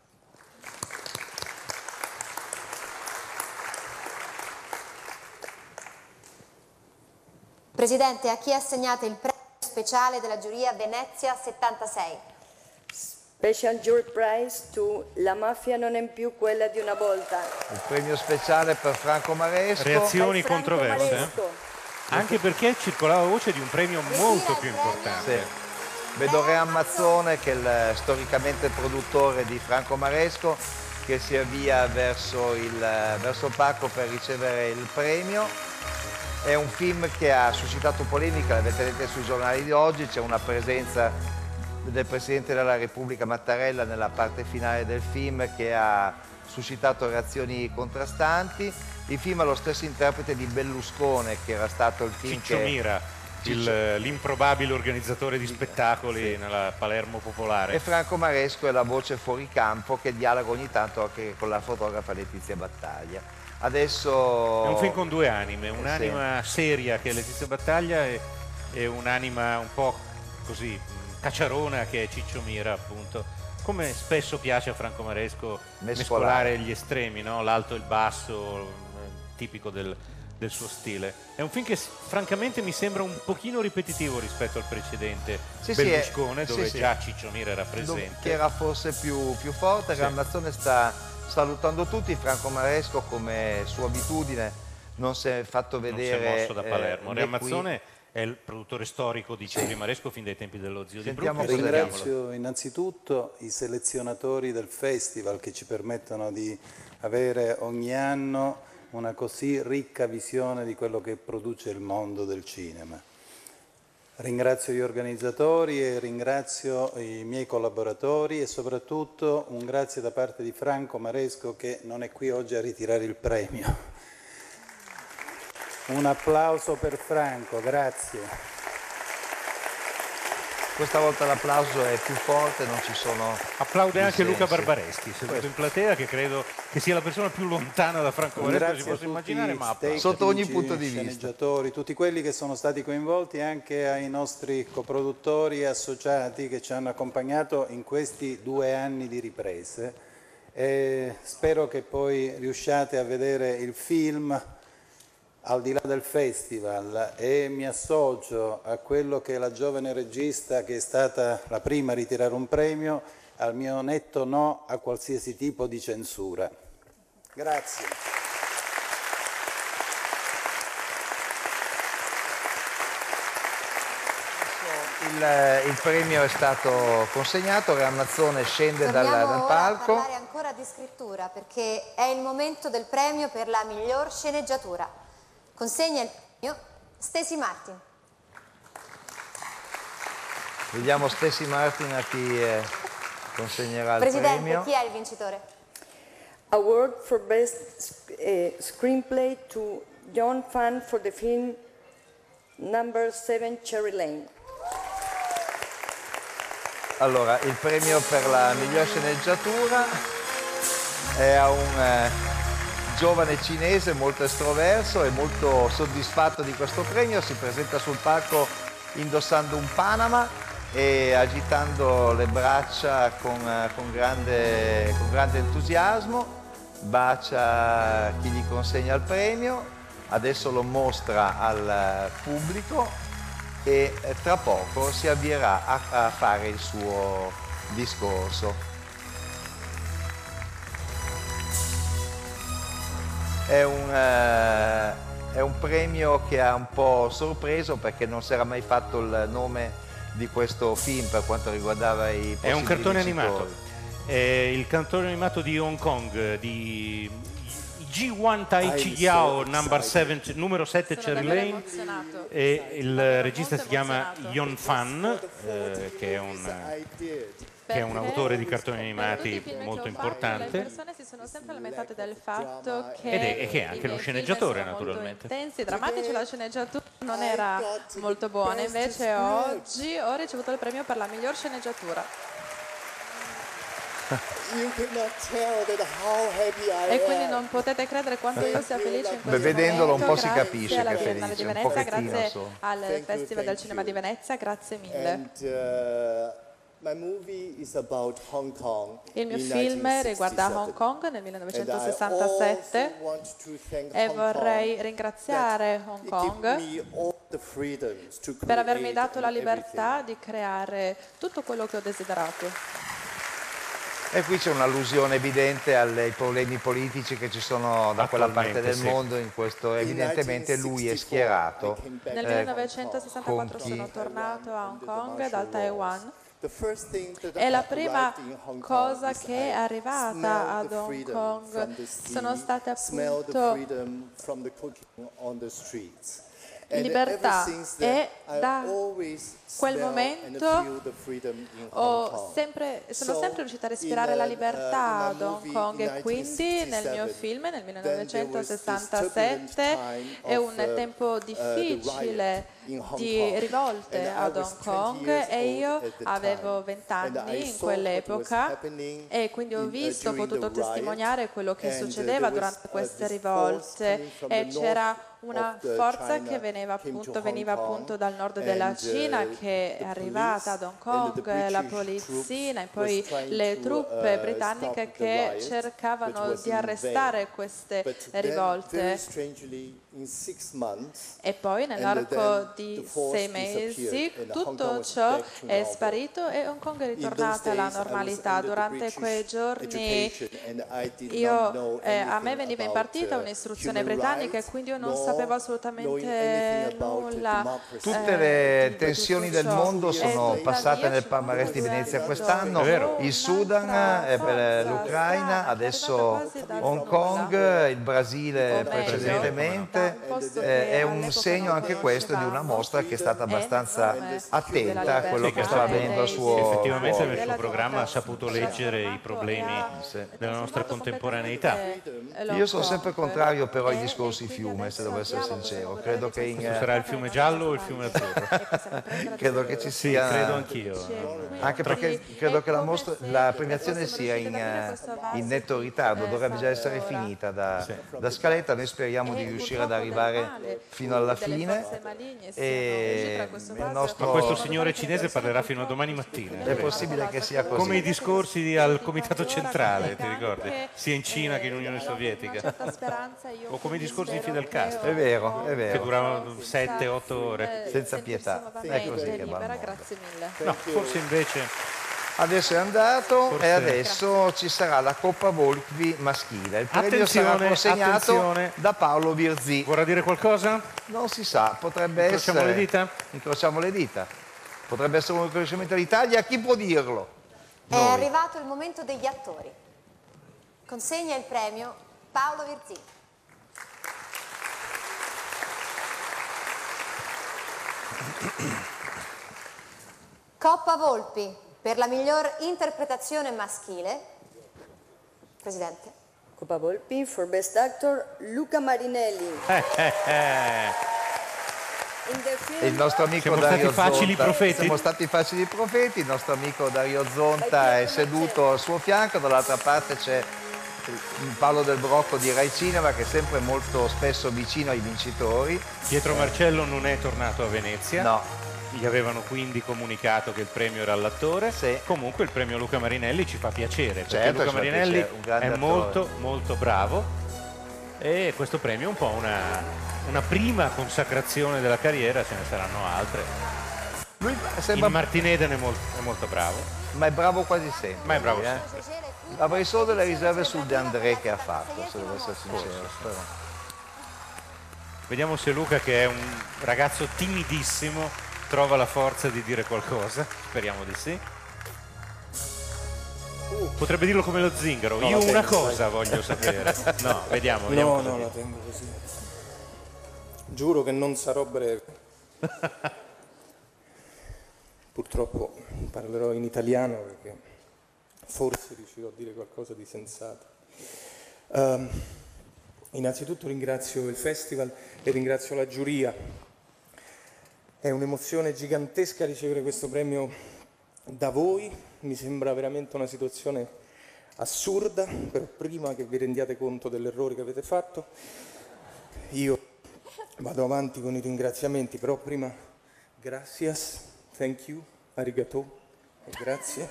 Presidente, a chi assegnate il premio speciale della giuria Venezia 76? Special Jury Prize to La mafia non è più quella di una volta. Il premio speciale per Franco Maresco. Reazioni Franco controverse? Maresco. Anche perché circolava voce di un premio molto più importante. Vedo Re Ammazzone, che è storicamente produttore di Franco Maresco, che si avvia verso il palco per ricevere il premio. È un film che ha suscitato polemica, l'avete letto sui giornali di oggi, c'è una presenza del Presidente della Repubblica Mattarella nella parte finale del film che ha suscitato reazioni contrastanti. Il film ha lo stesso interprete di Berlusconi, che era stato il film Ciccio Mira, l'improbabile organizzatore di spettacoli nella Palermo Popolare. E Franco Maresco è la voce fuori campo che dialoga ogni tanto anche con la fotografa Letizia Battaglia. Adesso È un film con due anime, un'anima seria che è Letizia Battaglia e un'anima un po' così cacciarona che è Ciccio Mira, appunto. Come spesso piace a Franco Maresco mescolare gli estremi, no? L'alto e il basso, tipico del suo stile. È un film che francamente mi sembra un pochino ripetitivo rispetto al precedente Berlusconi, dove già Ciccio Mira era presente. Che era forse più forte. Sì. Rammazzone sta salutando tutti. Franco Maresco, come sua abitudine, non si è fatto vedere. Non si è mosso da Palermo. Rammazzone è il produttore storico di Cipri Maresco fin dai tempi dello zio di Sentiamo. Brooklyn. Ringrazio innanzitutto i selezionatori del festival che ci permettono di avere ogni anno una così ricca visione di quello che produce il mondo del cinema. Ringrazio gli organizzatori e ringrazio i miei collaboratori e soprattutto un grazie da parte di Franco Maresco, che non è qui oggi a ritirare il premio. Un applauso per Franco, grazie. Questa volta l'applauso è più forte, non ci sono. Applaude anche dissensi. Luca Barbareschi, seduto in platea, che credo che sia la persona più lontana da Franco Maresco che si possa immaginare, ma applaude. Sotto ogni punto di vista. Sceneggiatori, tutti quelli che sono stati coinvolti, anche ai nostri coproduttori e associati che ci hanno accompagnato in questi 2 anni di riprese. E spero che poi riusciate a vedere il film al di là del festival, e mi associo a quello che la giovane regista, che è stata la prima a ritirare un premio, al mio netto no a qualsiasi tipo di censura. Grazie. Il premio è stato consegnato, Rammazzone scende dal palco. Parlare ancora di scrittura perché è il momento del premio per la miglior sceneggiatura. Consegna il premio Stacey Martin. Vediamo Stacey Martin a chi consegnerà il premio. Presidente, chi è il vincitore? Award for Best Screenplay to Jon Fan for the film Number 7 Cherry Lane. Allora, il premio per la miglior sceneggiatura è a un giovane cinese molto estroverso e molto soddisfatto di questo premio. Si presenta sul palco indossando un Panama e agitando le braccia con grande entusiasmo. Bacia chi gli consegna il premio, adesso lo mostra al pubblico e tra poco si avvierà a fare il suo discorso. È un premio che ha un po' sorpreso perché non si era mai fatto il nome di questo film per quanto riguardava i possibili È un cartone vincitori. animato. È il cartone animato di Hong Kong, di Ji-Wan Tai-Chi-Yao, numero 7 Cherry Lane, e il regista si chiama Jon Fan, che è un autore di cartoni animati molto importante. Le persone si sono sempre lamentate del fatto che E che è anche lo sceneggiatore, naturalmente. Molto intensi, drammatici, la sceneggiatura non era molto buona, invece oggi ho ricevuto il premio per la miglior sceneggiatura. E quindi non potete credere quanto io sia felice in questo vedendolo un po' si grazie capisce alla che è Biennale felice, di un Venezia, pochettino, grazie so. al Festival del Cinema di Venezia, grazie mille. Il mio film riguarda Hong Kong nel 1967 e vorrei ringraziare Hong Kong per avermi dato la libertà di creare tutto quello che ho desiderato. E qui c'è un'allusione evidente ai problemi politici che ci sono da quella parte del mondo, in questo evidentemente lui è schierato. Nel 1964 sono tornato a Hong Kong dal Taiwan e la prima cosa che è arrivata ad Hong Kong sono state appunto libertà e da quel momento sono sempre riuscita a respirare la libertà ad Hong Kong e quindi nel mio film nel 1967 è un tempo difficile di rivolte ad Hong Kong e io avevo 20 anni in quell'epoca e quindi ho potuto testimoniare quello che succedeva durante queste rivolte e c'era una forza che veniva appunto dal nord della Cina che è arrivata ad Hong Kong, la polizia e poi le truppe britanniche che cercavano di arrestare queste rivolte. E poi nell'arco di 6 mesi tutto ciò è sparito e Hong Kong è ritornata alla normalità. Durante quei giorni a me veniva impartita un'istruzione britannica e quindi io non sapevo assolutamente nulla. Tutte le tensioni del mondo sono passate nel Palmarès di Venezia quest'anno, il Sudan, l'Ucraina, adesso Hong Kong, il Brasile precedentemente. È un segno anche questo di una mostra che è stata abbastanza attenta a quello che sta avvenendo al suo effettivamente cuore. nel suo programma ha saputo leggere i problemi della nostra contemporaneità. Io sono sempre contrario però ai discorsi fiume, se devo essere sincero. Credo che Questo sarà il fiume giallo o il fiume azzurro? credo che ci sia. Sì, credo anch'io. Anche perché credo che la premiazione sia in netto ritardo, dovrebbe già essere finita da Scaletta. Noi speriamo di riuscire ad arrivare fino alla fine. Ma questo signore cinese parlerà fino a domani mattina. È possibile che sia così. Come i discorsi al Comitato Centrale, ti ricordi? Sia in Cina che in Unione Sovietica. O come i discorsi di Fidel Castro. È vero, è vero. Che duravano 7-8 ore. Senza pietà. È così che va. Grazie mille. No, forse invece... Adesso è andato e adesso ci sarà la Coppa Volpi maschile. Il premio sarà consegnato da Paolo Virzì. Vorrà dire qualcosa? Non si sa, potrebbe Incrociamo essere... le dita? Incrociamo le dita. Potrebbe essere un riconoscimento all'Italia, chi può dirlo? È arrivato il momento degli attori. Consegna il premio Paolo Virzì. Coppa Volpi per la miglior interpretazione maschile. Presidente. Coppa Volpi for Best Actor Luca Marinelli. Il nostro amico siamo Dario stati facili Zonta. profeti. Siamo stati facili profeti. Il nostro amico Dario Zonta è seduto al suo fianco, dall'altra parte c'è Paolo Del Brocco di Rai Cinema, che è sempre molto spesso vicino ai vincitori. Pietro Marcello non è tornato a Venezia. No. Gli avevano quindi comunicato che il premio era all'attore. Sì. Comunque il premio Luca Marinelli ci fa piacere, perché Certo, Luca ci fa Marinelli piacere, un grande è attore. molto molto bravo, e questo premio è un po' una prima consacrazione della carriera, ce ne saranno altre. Lui sembra... Il Martineden è molto bravo. Ma è bravo quasi sempre. Ma è bravo lui, sempre. Avrei solo delle riserve sul De André che ha fatto, se devo essere sincero. Però. Vediamo se Luca, che è un ragazzo timidissimo, trova la forza di dire qualcosa. Speriamo di sì. Potrebbe dirlo come lo Zingaro. No, io una tengo, cosa voglio sapere. No, vediamo. No, cosa no, dice. la tengo così. Giuro che non sarò breve. Purtroppo parlerò in italiano perché forse riuscirò a dire qualcosa di sensato. Innanzitutto ringrazio il festival e ringrazio la giuria. È un'emozione gigantesca ricevere questo premio da voi. Mi sembra veramente una situazione assurda, però prima che vi rendiate conto dell'errore che avete fatto, io vado avanti con i ringraziamenti, però prima gracias, thank you, arigato, e grazie.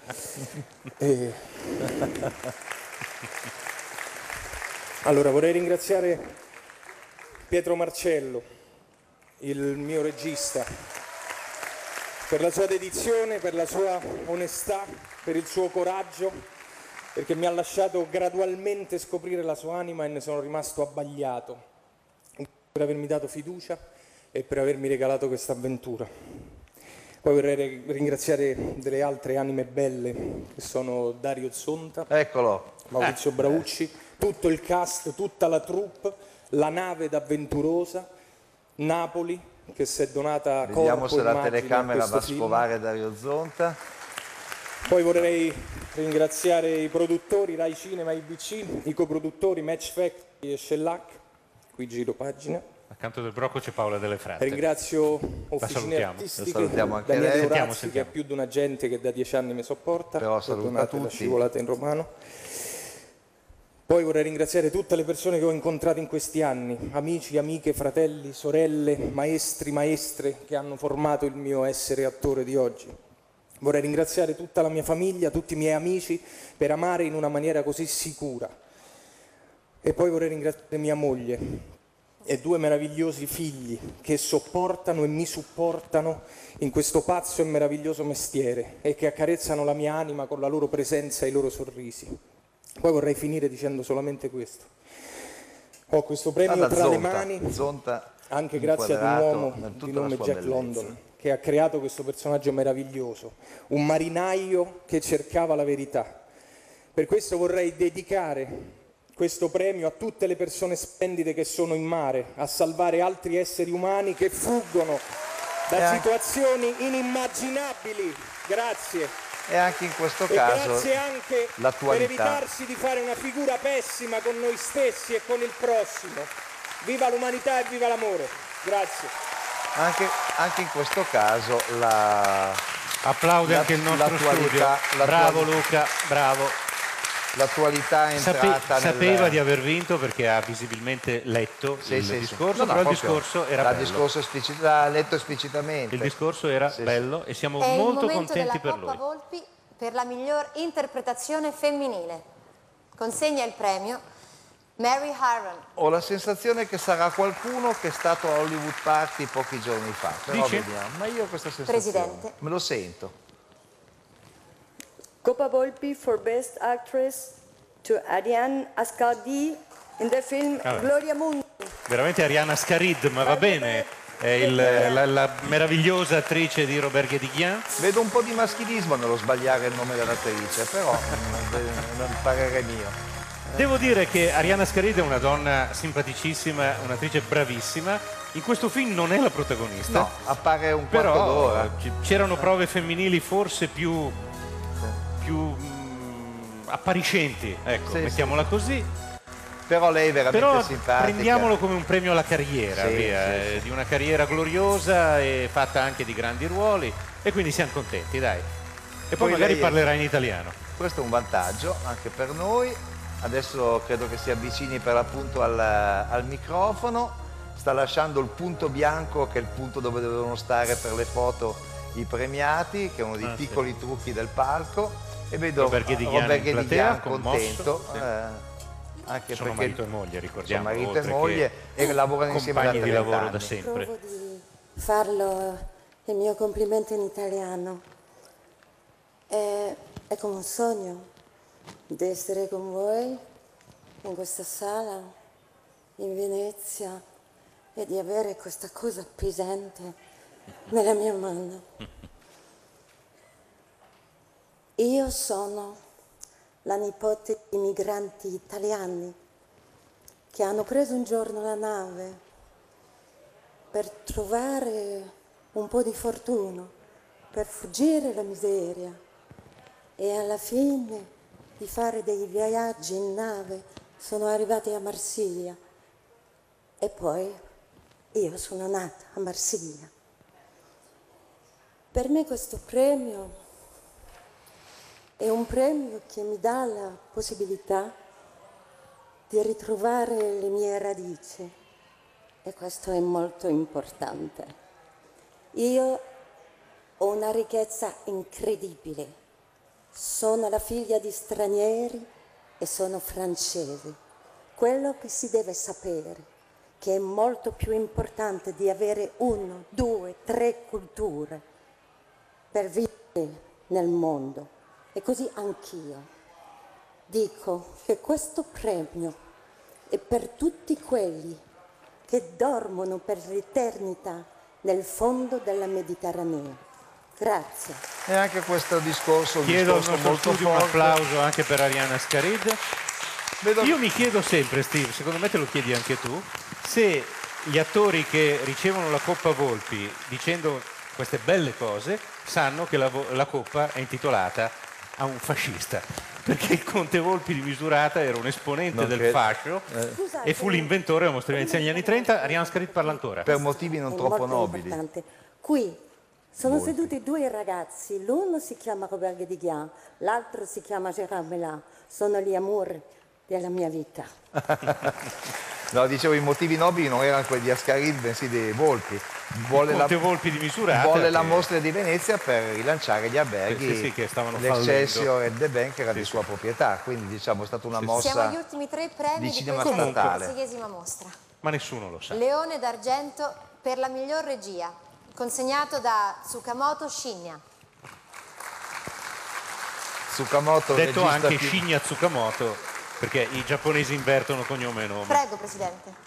Allora vorrei ringraziare Pietro Marcello, il mio regista, per la sua dedizione, per la sua onestà, per il suo coraggio, perché mi ha lasciato gradualmente scoprire la sua anima e ne sono rimasto abbagliato, per avermi dato fiducia e per avermi regalato questa avventura. Poi vorrei ringraziare delle altre anime belle, che sono Dario Zonta, eccolo, Maurizio Braucci, tutto il cast, tutta la troupe, la nave d'Avventurosa, Napoli, che si è donata corpo, vediamo se la immagine telecamera a va a questo film. scovare Dario Zonta. Poi vorrei ringraziare i produttori Rai Cinema, IBC, i coproduttori Match Factory e Shellac, qui giro pagina. Accanto del Brocco c'è Paola Delle Fratte. Ringrazio La Officine salutiamo. Artistiche, salutiamo anche Daniele lei. Orazzi, Sentiamo. che è più di un agente che da 10 anni mi sopporta, Però saluta perdonate la tutti. scivolata in romano. Poi vorrei ringraziare tutte le persone che ho incontrato in questi anni, amici, amiche, fratelli, sorelle, maestri, maestre, che hanno formato il mio essere attore di oggi. Vorrei ringraziare tutta la mia famiglia, tutti i miei amici, per amare in una maniera così sicura. E poi vorrei ringraziare mia moglie e 2 meravigliosi figli che sopportano e mi supportano in questo pazzo e meraviglioso mestiere e che accarezzano la mia anima con la loro presenza e i loro sorrisi. Poi vorrei finire dicendo solamente questo. Ho questo premio tra le mani, anche grazie ad un uomo di nome Jack London, che ha creato questo personaggio meraviglioso, un marinaio che cercava la verità. Per questo vorrei dedicare questo premio a tutte le persone splendide che sono in mare, a salvare altri esseri umani che fuggono da situazioni inimmaginabili. Grazie. E anche in questo E caso grazie anche per l'attualità. evitarsi di fare una figura pessima con noi stessi e con il prossimo. Viva l'umanità e viva l'amore. Grazie. Anche in questo caso la... Applaude anche il nostro studio. Bravo Luca, bravo. L'attualità è entrata sapeva di aver vinto perché ha visibilmente letto il discorso, No, però il proprio. discorso era bello. L'ha letto esplicitamente. Il discorso era bello e siamo È molto il momento contenti della per Coppa lui. Volpi per la miglior interpretazione femminile. Consegna il premio Mary Harron. Ho la sensazione che sarà qualcuno che è stato a Hollywood Party pochi giorni fa. Però Dici? vediamo. Ma io ho questa sensazione. Presidente. Me lo sento. Coppa Volpi for Best Actress to Ariane Ascardi in the film Gloria Mundi. Veramente Ariana Scarid, ma va bene. È la meravigliosa attrice di Robert Guédiguian. Vedo un po' di maschilismo nello sbagliare il nome dell'attrice, però non parere mio. Devo dire che Ariana Scarid è una donna simpaticissima, un'attrice bravissima. In questo film non è la protagonista. No, appare un quarto d'ora. C'erano prove femminili forse più appariscenti, ecco, mettiamola così. Però lei è veramente simpatica. Prendiamolo come un premio alla carriera, di una carriera gloriosa e fatta anche di grandi ruoli, e quindi siamo contenti, dai. E poi magari parlerà in italiano. Questo è un vantaggio anche per noi. Adesso credo che si avvicini per l'appunto al microfono, sta lasciando il punto bianco, che è il punto dove dovevano stare per le foto i premiati, che è uno dei piccoli trucchi del palco, e vedo Robert Ghediglian contento, anche sono perché marito e moglie, ricordiamo, sono marito e moglie e lavorano insieme da 30 di lavoro anni. da sempre. Provo di farlo il mio complimento in italiano. È come un sogno di essere con voi in questa sala in Venezia e di avere questa cosa pesante nella mia mano. Io sono la nipote di migranti italiani che hanno preso un giorno la nave per trovare un po' di fortuna, per fuggire la miseria e alla fine di fare dei viaggi in nave sono arrivati a Marsiglia e poi io sono nata a Marsiglia. Per me questo premio è un premio che mi dà la possibilità di ritrovare le mie radici e questo è molto importante. Io ho una ricchezza incredibile. Sono la figlia di stranieri e sono francese. Quello che si deve sapere, che è molto più importante di avere 1, 2, 3 culture per vivere nel mondo. E così anch'io dico che questo premio è per tutti quelli che dormono per l'eternità nel fondo della Mediterranea. Grazie. E anche questo discorso, chiedo al nostro studio un applauso anche per Ariana Scarid. Io mi chiedo sempre, Steve, secondo me te lo chiedi anche tu, se gli attori che ricevono la Coppa Volpi dicendo queste belle cose sanno che la Coppa è intitolata a un fascista, perché il conte Volpi di Misurata era un esponente del fascio e fu l'inventore della mostra negli anni 30. Ariana Scarid parla ancora. Per motivi non troppo nobili. Importante. Qui sono seduti 2 ragazzi, l'uno si chiama Robert Ghediglian, l'altro si chiama Gérard Mellin, sono gli amori della mia vita. No, dicevo, i motivi nobili non erano quelli di Ascarid, bensì dei Volpi. Vuole Volpi di Misurata. Vuole la mostra di Venezia per rilanciare gli alberghi, che stavano l'Excelsior e il The Bank era di sua proprietà, quindi diciamo è stata una mossa. Siamo agli ultimi 3 premi di cinema questa statale. 36esima mostra. Ma nessuno lo sa. Leone d'argento per la miglior regia, consegnato da Tsukamoto Shinya. Tsukamoto, detto anche Shinya Tsukamoto, perché i giapponesi invertono cognome e nome. Prego, Presidente.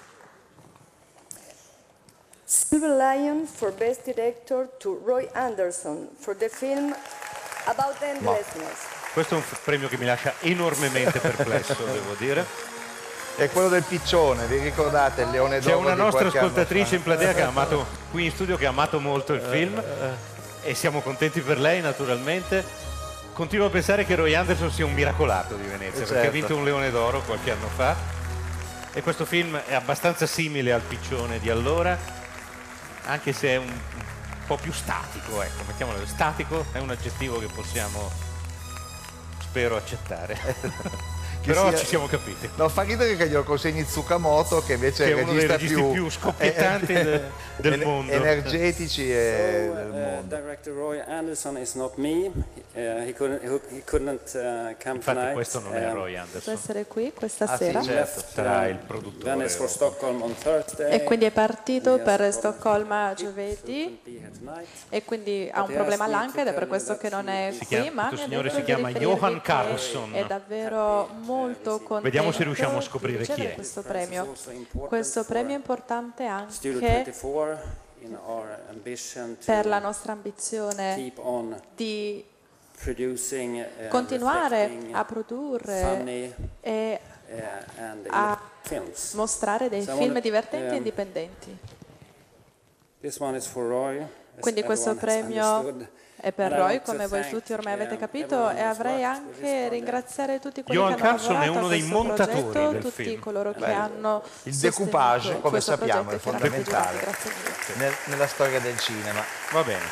Silver Lion for Best Director to Roy Andersson for the film About Endlessness. Questo è un premio che mi lascia enormemente perplesso, devo dire. È quello del piccione, vi ricordate il Leone d'Oro? C'è una nostra ascoltatrice in platea che ha amato, qui in studio, che ha amato molto il film e siamo contenti per lei, naturalmente. Continuo a pensare che Roy Andersson sia un miracolato di Venezia, perché ha vinto un Leone d'Oro qualche anno fa e questo film è abbastanza simile al Piccione di allora, anche se è un po' più statico, ecco, mettiamolo, statico è un aggettivo che possiamo, spero, accettare. Però ci siamo capiti. No, fa ridere che glielo consegni Tsukamoto, che invece è uno dei registi più scoppiettanti del mondo, energetici del mondo. Director Roy Andersson is not me. He couldn't come Infatti tonight. Questo non è Roy Andersson. Può essere qui questa sera. Sì, certo. Sarà il produttore. Venice for Stockholm on Thursday. E quindi è partito per Stoccolma giovedì e quindi ha un problema all'anca ed è per questo che non è qui, ma questo signore si chiama Johan Carlsson. È davvero molto contento. Vediamo se riusciamo a scoprire chi è questo premio. Questo premio è importante anche per la nostra ambizione di continuare a produrre e a mostrare dei film divertenti e indipendenti. Quindi questo premio è per Roy, come voi tutti ormai avete capito, e avrei anche ringraziare tutti quelli Johan che hanno Carlson è lavorato uno a dei questo montatori progetto, del tutti film. coloro che hanno Il decoupage, come sappiamo, è progetto e che hanno fondamentale partecipato. Grazie mille. nella storia del cinema. Va bene.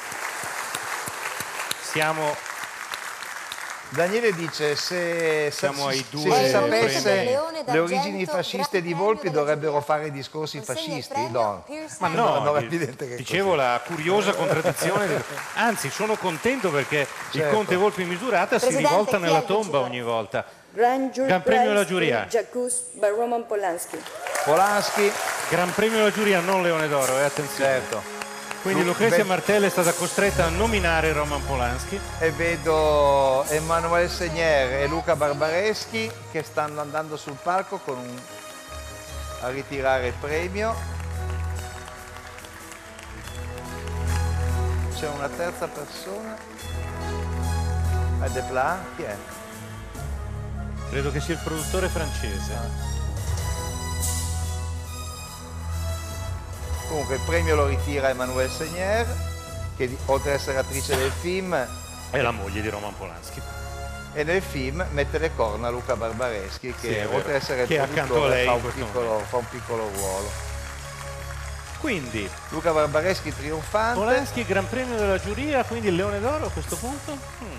Siamo... Daniele dice se Siamo ai si due sapesse le origini fasciste di Volpi dovrebbero fare discorsi fascisti? No, Ma no, è evidente che dicevo la curiosa contraddizione. Anzi, sono contento perché il conte Volpi Misurata si rivolta nella tomba ogni volta. Gran premio alla giuria. Roman Polanski. Polanski. Gran premio alla giuria, non Leone d'Oro, attenzione. Certo. Quindi Lucrezia Martel è stata costretta a nominare Roman Polanski. E vedo Emmanuel Segner e Luca Barbareschi che stanno andando sul palco a ritirare il premio. C'è una terza persona. È Desplat? Chi è? Credo che sia il produttore francese. Comunque il premio lo ritira Emmanuel Segner, che oltre ad essere attrice del film è la moglie di Roman Polanski. E nel film mette le corna a Luca Barbareschi, che oltre ad essere il accanto a lei fa un piccolo ruolo. Quindi Luca Barbareschi trionfante. Polanski Gran Premio della giuria, quindi il Leone d'Oro a questo punto?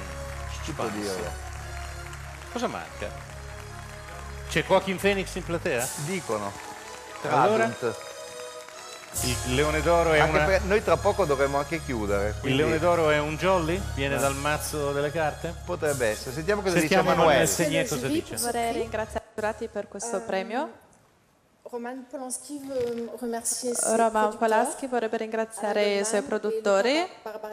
Cosa manca? C'è Joaquin Phoenix in platea? Dicono. Allora? Il Leone d'Oro è noi tra poco dovremo anche chiudere. Il Leone d'Oro è un jolly? Viene dal mazzo delle carte? Potrebbe essere. Sentiamo cosa dice Emanuele. Cosa dice. Vorrei ringraziare i giurati per questo premio. Roman Polanski vorrebbe ringraziare i suoi produttori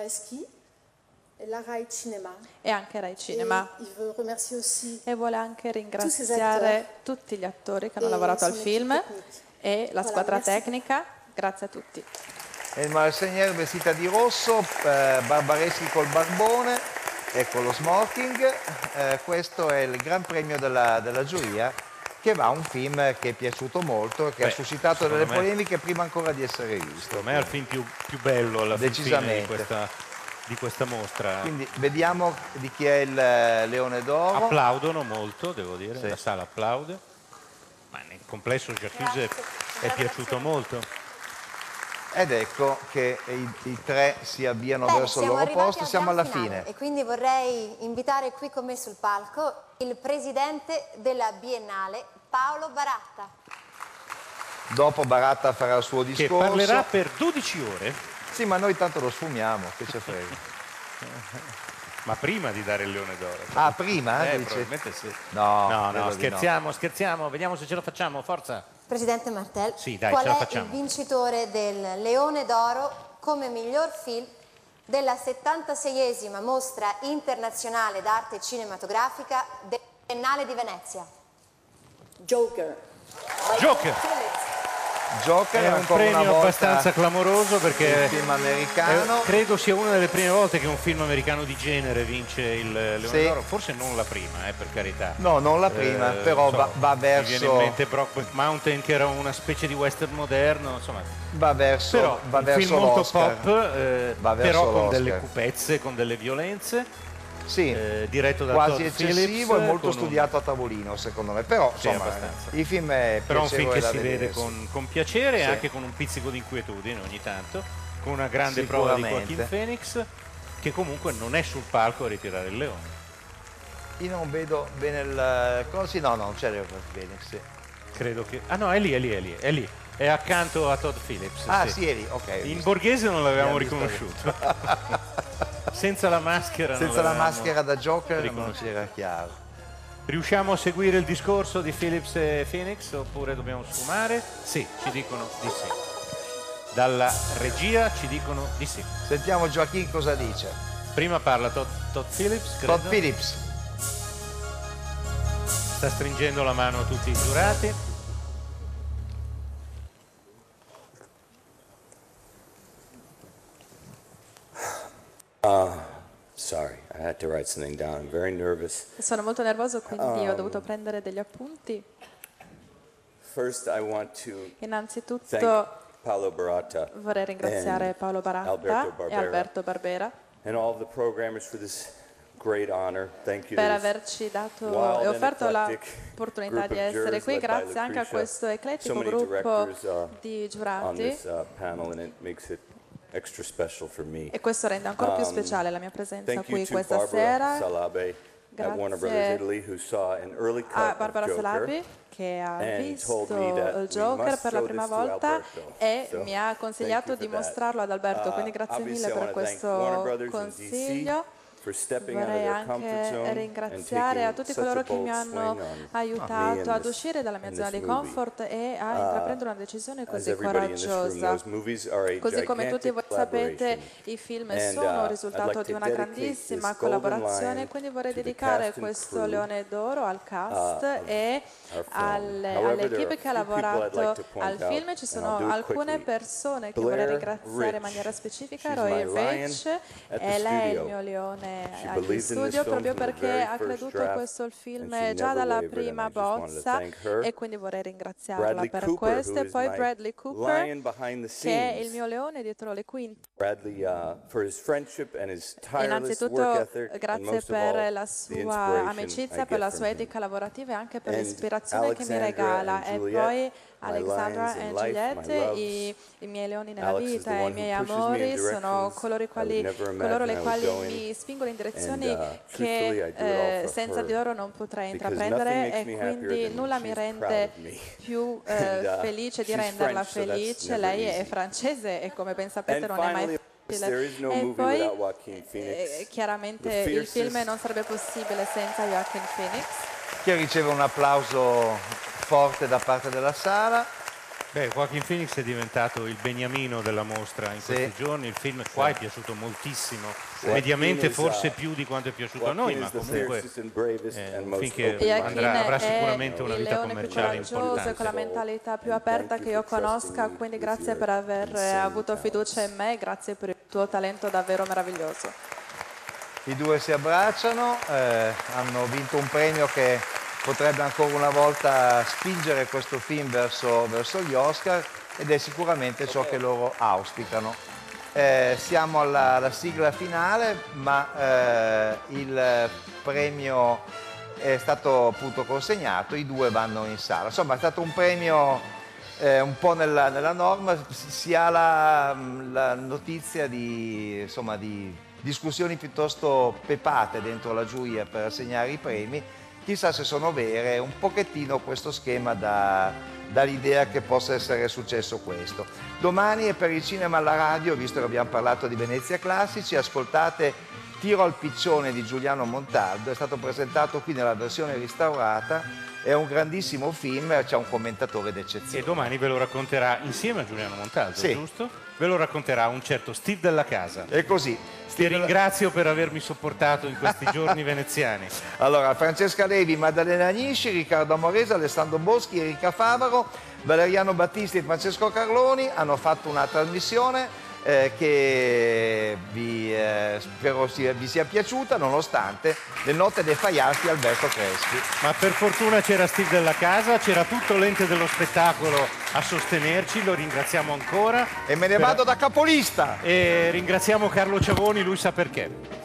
la Rai Cinema. E anche Rai Cinema. E vuole anche ringraziare tutti gli attori che hanno lavorato al film e la squadra tecnica. Grazie a tutti. Emmanuel Segner vestita di rosso, Barbareschi col barbone e con lo smoking. Questo è il Gran Premio della giuria, che va a un film che è piaciuto molto, che ha suscitato delle polemiche prima ancora di essere visto. Secondo me è il film più bello alla fine di questa mostra. Quindi vediamo di chi è il Leone d'Oro. Applaudono molto, devo dire, la sala applaude, ma nel complesso J'accuse è piaciuto molto. Ed ecco che i tre si avviano verso il loro posto, siamo alla fine. E quindi vorrei invitare qui con me sul palco il presidente della Biennale, Paolo Baratta. Dopo Baratta farà il suo discorso. Che parlerà per 12 ore. Sì, ma noi tanto lo sfumiamo, che ce frega. Ma prima di dare il Leone d'Oro. Ah, prima? Probabilmente sì. No, scherziamo, vediamo se ce la facciamo, forza. Presidente Martel, sì, dai, qual ce la è facciamo. Il vincitore del Leone d'Oro come miglior film della 76esima Mostra Internazionale d'Arte Cinematografica del Biennale di Venezia? Joker. Joker è un premio abbastanza clamoroso perché un film americano. Credo sia una delle prime volte che un film americano di genere vince il Leone d'Oro, forse non la prima, per carità. No, non la prima, però va verso... Mi viene in mente Brokeback Mountain, che era una specie di western moderno, insomma. Va verso un film molto pop, però con delle l'Oscar. Cupezze, con delle violenze. Sì, diretto da quasi Todd eccessivo Phillips, e molto studiato a tavolino, secondo me. Però, insomma, il film è però un film che si vedere, vede con piacere e anche con un pizzico di inquietudine ogni tanto, con una grande prova di Joaquin Phoenix, che comunque non è sul palco a ritirare il leone. Io non vedo bene il... Sì, no, non c'è Joaquin Phoenix, sì. Credo che... Ah no, è lì. È accanto a Todd Phillips. Ah, sì, è lì, ok. In borghese non l'avevamo riconosciuto. Senza la maschera da Joker non ci era chiaro. Riusciamo a seguire il discorso di Phillips e Phoenix oppure dobbiamo sfumare? Sì, ci dicono di sì. Dalla regia ci dicono di sì. Sentiamo Joaquin cosa dice. Prima parla Todd Phillips, credo. Todd Phillips. Sta stringendo la mano a tutti i giurati. Sorry, I had to write something down. I'm very nervous. Sono molto nervoso, quindi ho dovuto prendere degli appunti. Innanzitutto Paolo Baratta vorrei ringraziare Paolo Baratta e Alberto Barbera and all the programmers for this great honor. Thank you per averci dato e offerto l'opportunità di essere qui, grazie anche a questo eclettico gruppo di giurati. E questo rende ancora più speciale la mia presenza qui questa sera. Grazie a Barbara Salabi che ha visto il Joker per la prima volta e mi ha consigliato di mostrarlo ad Alberto, quindi grazie mille per questo consiglio. Vorrei anche ringraziare a tutti coloro che mi hanno aiutato ad uscire dalla mia zona di comfort e a intraprendere una decisione così coraggiosa. Così come tutti voi sapete, i film sono il risultato di una grandissima collaborazione, quindi vorrei dedicare questo Leone d'Oro al cast e all'equipe che ha lavorato al film. Ci sono alcune persone che vorrei ringraziare in maniera specifica. Roy Rich, e lei è il mio leone agli studio proprio perché ha creduto in questo film già dalla prima bozza e quindi vorrei ringraziarla per questo. E poi Bradley Cooper, che è il mio leone dietro le quinte. Innanzitutto grazie per la sua amicizia, per la sua etica lavorativa e anche per l'ispirazione che mi regala. E poi Alexandra e Juliette, i miei leoni nella vita e i miei amori, sono coloro le quali mi spingono in direzioni che senza di loro non potrei intraprendere, e quindi nulla mi rende più felice di renderla felice. Lei è francese e come ben sapete non è mai facile. E poi chiaramente il film non sarebbe possibile senza Joaquin Phoenix, che riceve un applauso forte da parte della sala. Beh, Joaquin Phoenix è diventato il beniamino della mostra in questi giorni. Il film qua è piaciuto moltissimo, mediamente forse più di quanto è piaciuto a noi, ma comunque finché avrà sicuramente una vita commerciale importante. Con la mentalità più aperta che io conosca, quindi grazie per aver avuto fiducia in me, grazie per il tuo talento davvero meraviglioso. I due si abbracciano, hanno vinto un premio che potrebbe ancora una volta spingere questo film verso gli Oscar, ed è sicuramente ciò che loro auspicano. Siamo alla sigla finale, ma il premio è stato appunto consegnato, i due vanno in sala. Insomma, è stato un premio un po' nella norma. Si ha la notizia di discussioni piuttosto pepate dentro la giuria per assegnare i premi. Chissà se sono vere, un pochettino questo schema dà l'idea che possa essere successo questo. Domani è per il cinema alla radio, visto che abbiamo parlato di Venezia Classici, ascoltate Tiro al piccione di Giuliano Montaldo, è stato presentato qui nella versione restaurata, è un grandissimo film, c'è un commentatore d'eccezione. E domani ve lo racconterà insieme a Giuliano Montaldo, sì, giusto? Ve lo racconterà un certo Steve Della Casa. È così. Ti ringrazio per avermi sopportato in questi giorni veneziani. Allora, Francesca Levi, Maddalena Agnisci, Riccardo Amorese, Alessandro Boschi, Erika Favaro, Valeriano Battisti e Francesco Carloni hanno fatto una trasmissione che spero vi sia piaciuta, nonostante le note defaianti Alberto Crespi. Ma per fortuna c'era Steve Della Casa, c'era tutto l'ente dello spettacolo a sostenerci, lo ringraziamo ancora. E me ne vado da capolista! E ringraziamo Carlo Ciavoni, lui sa perché.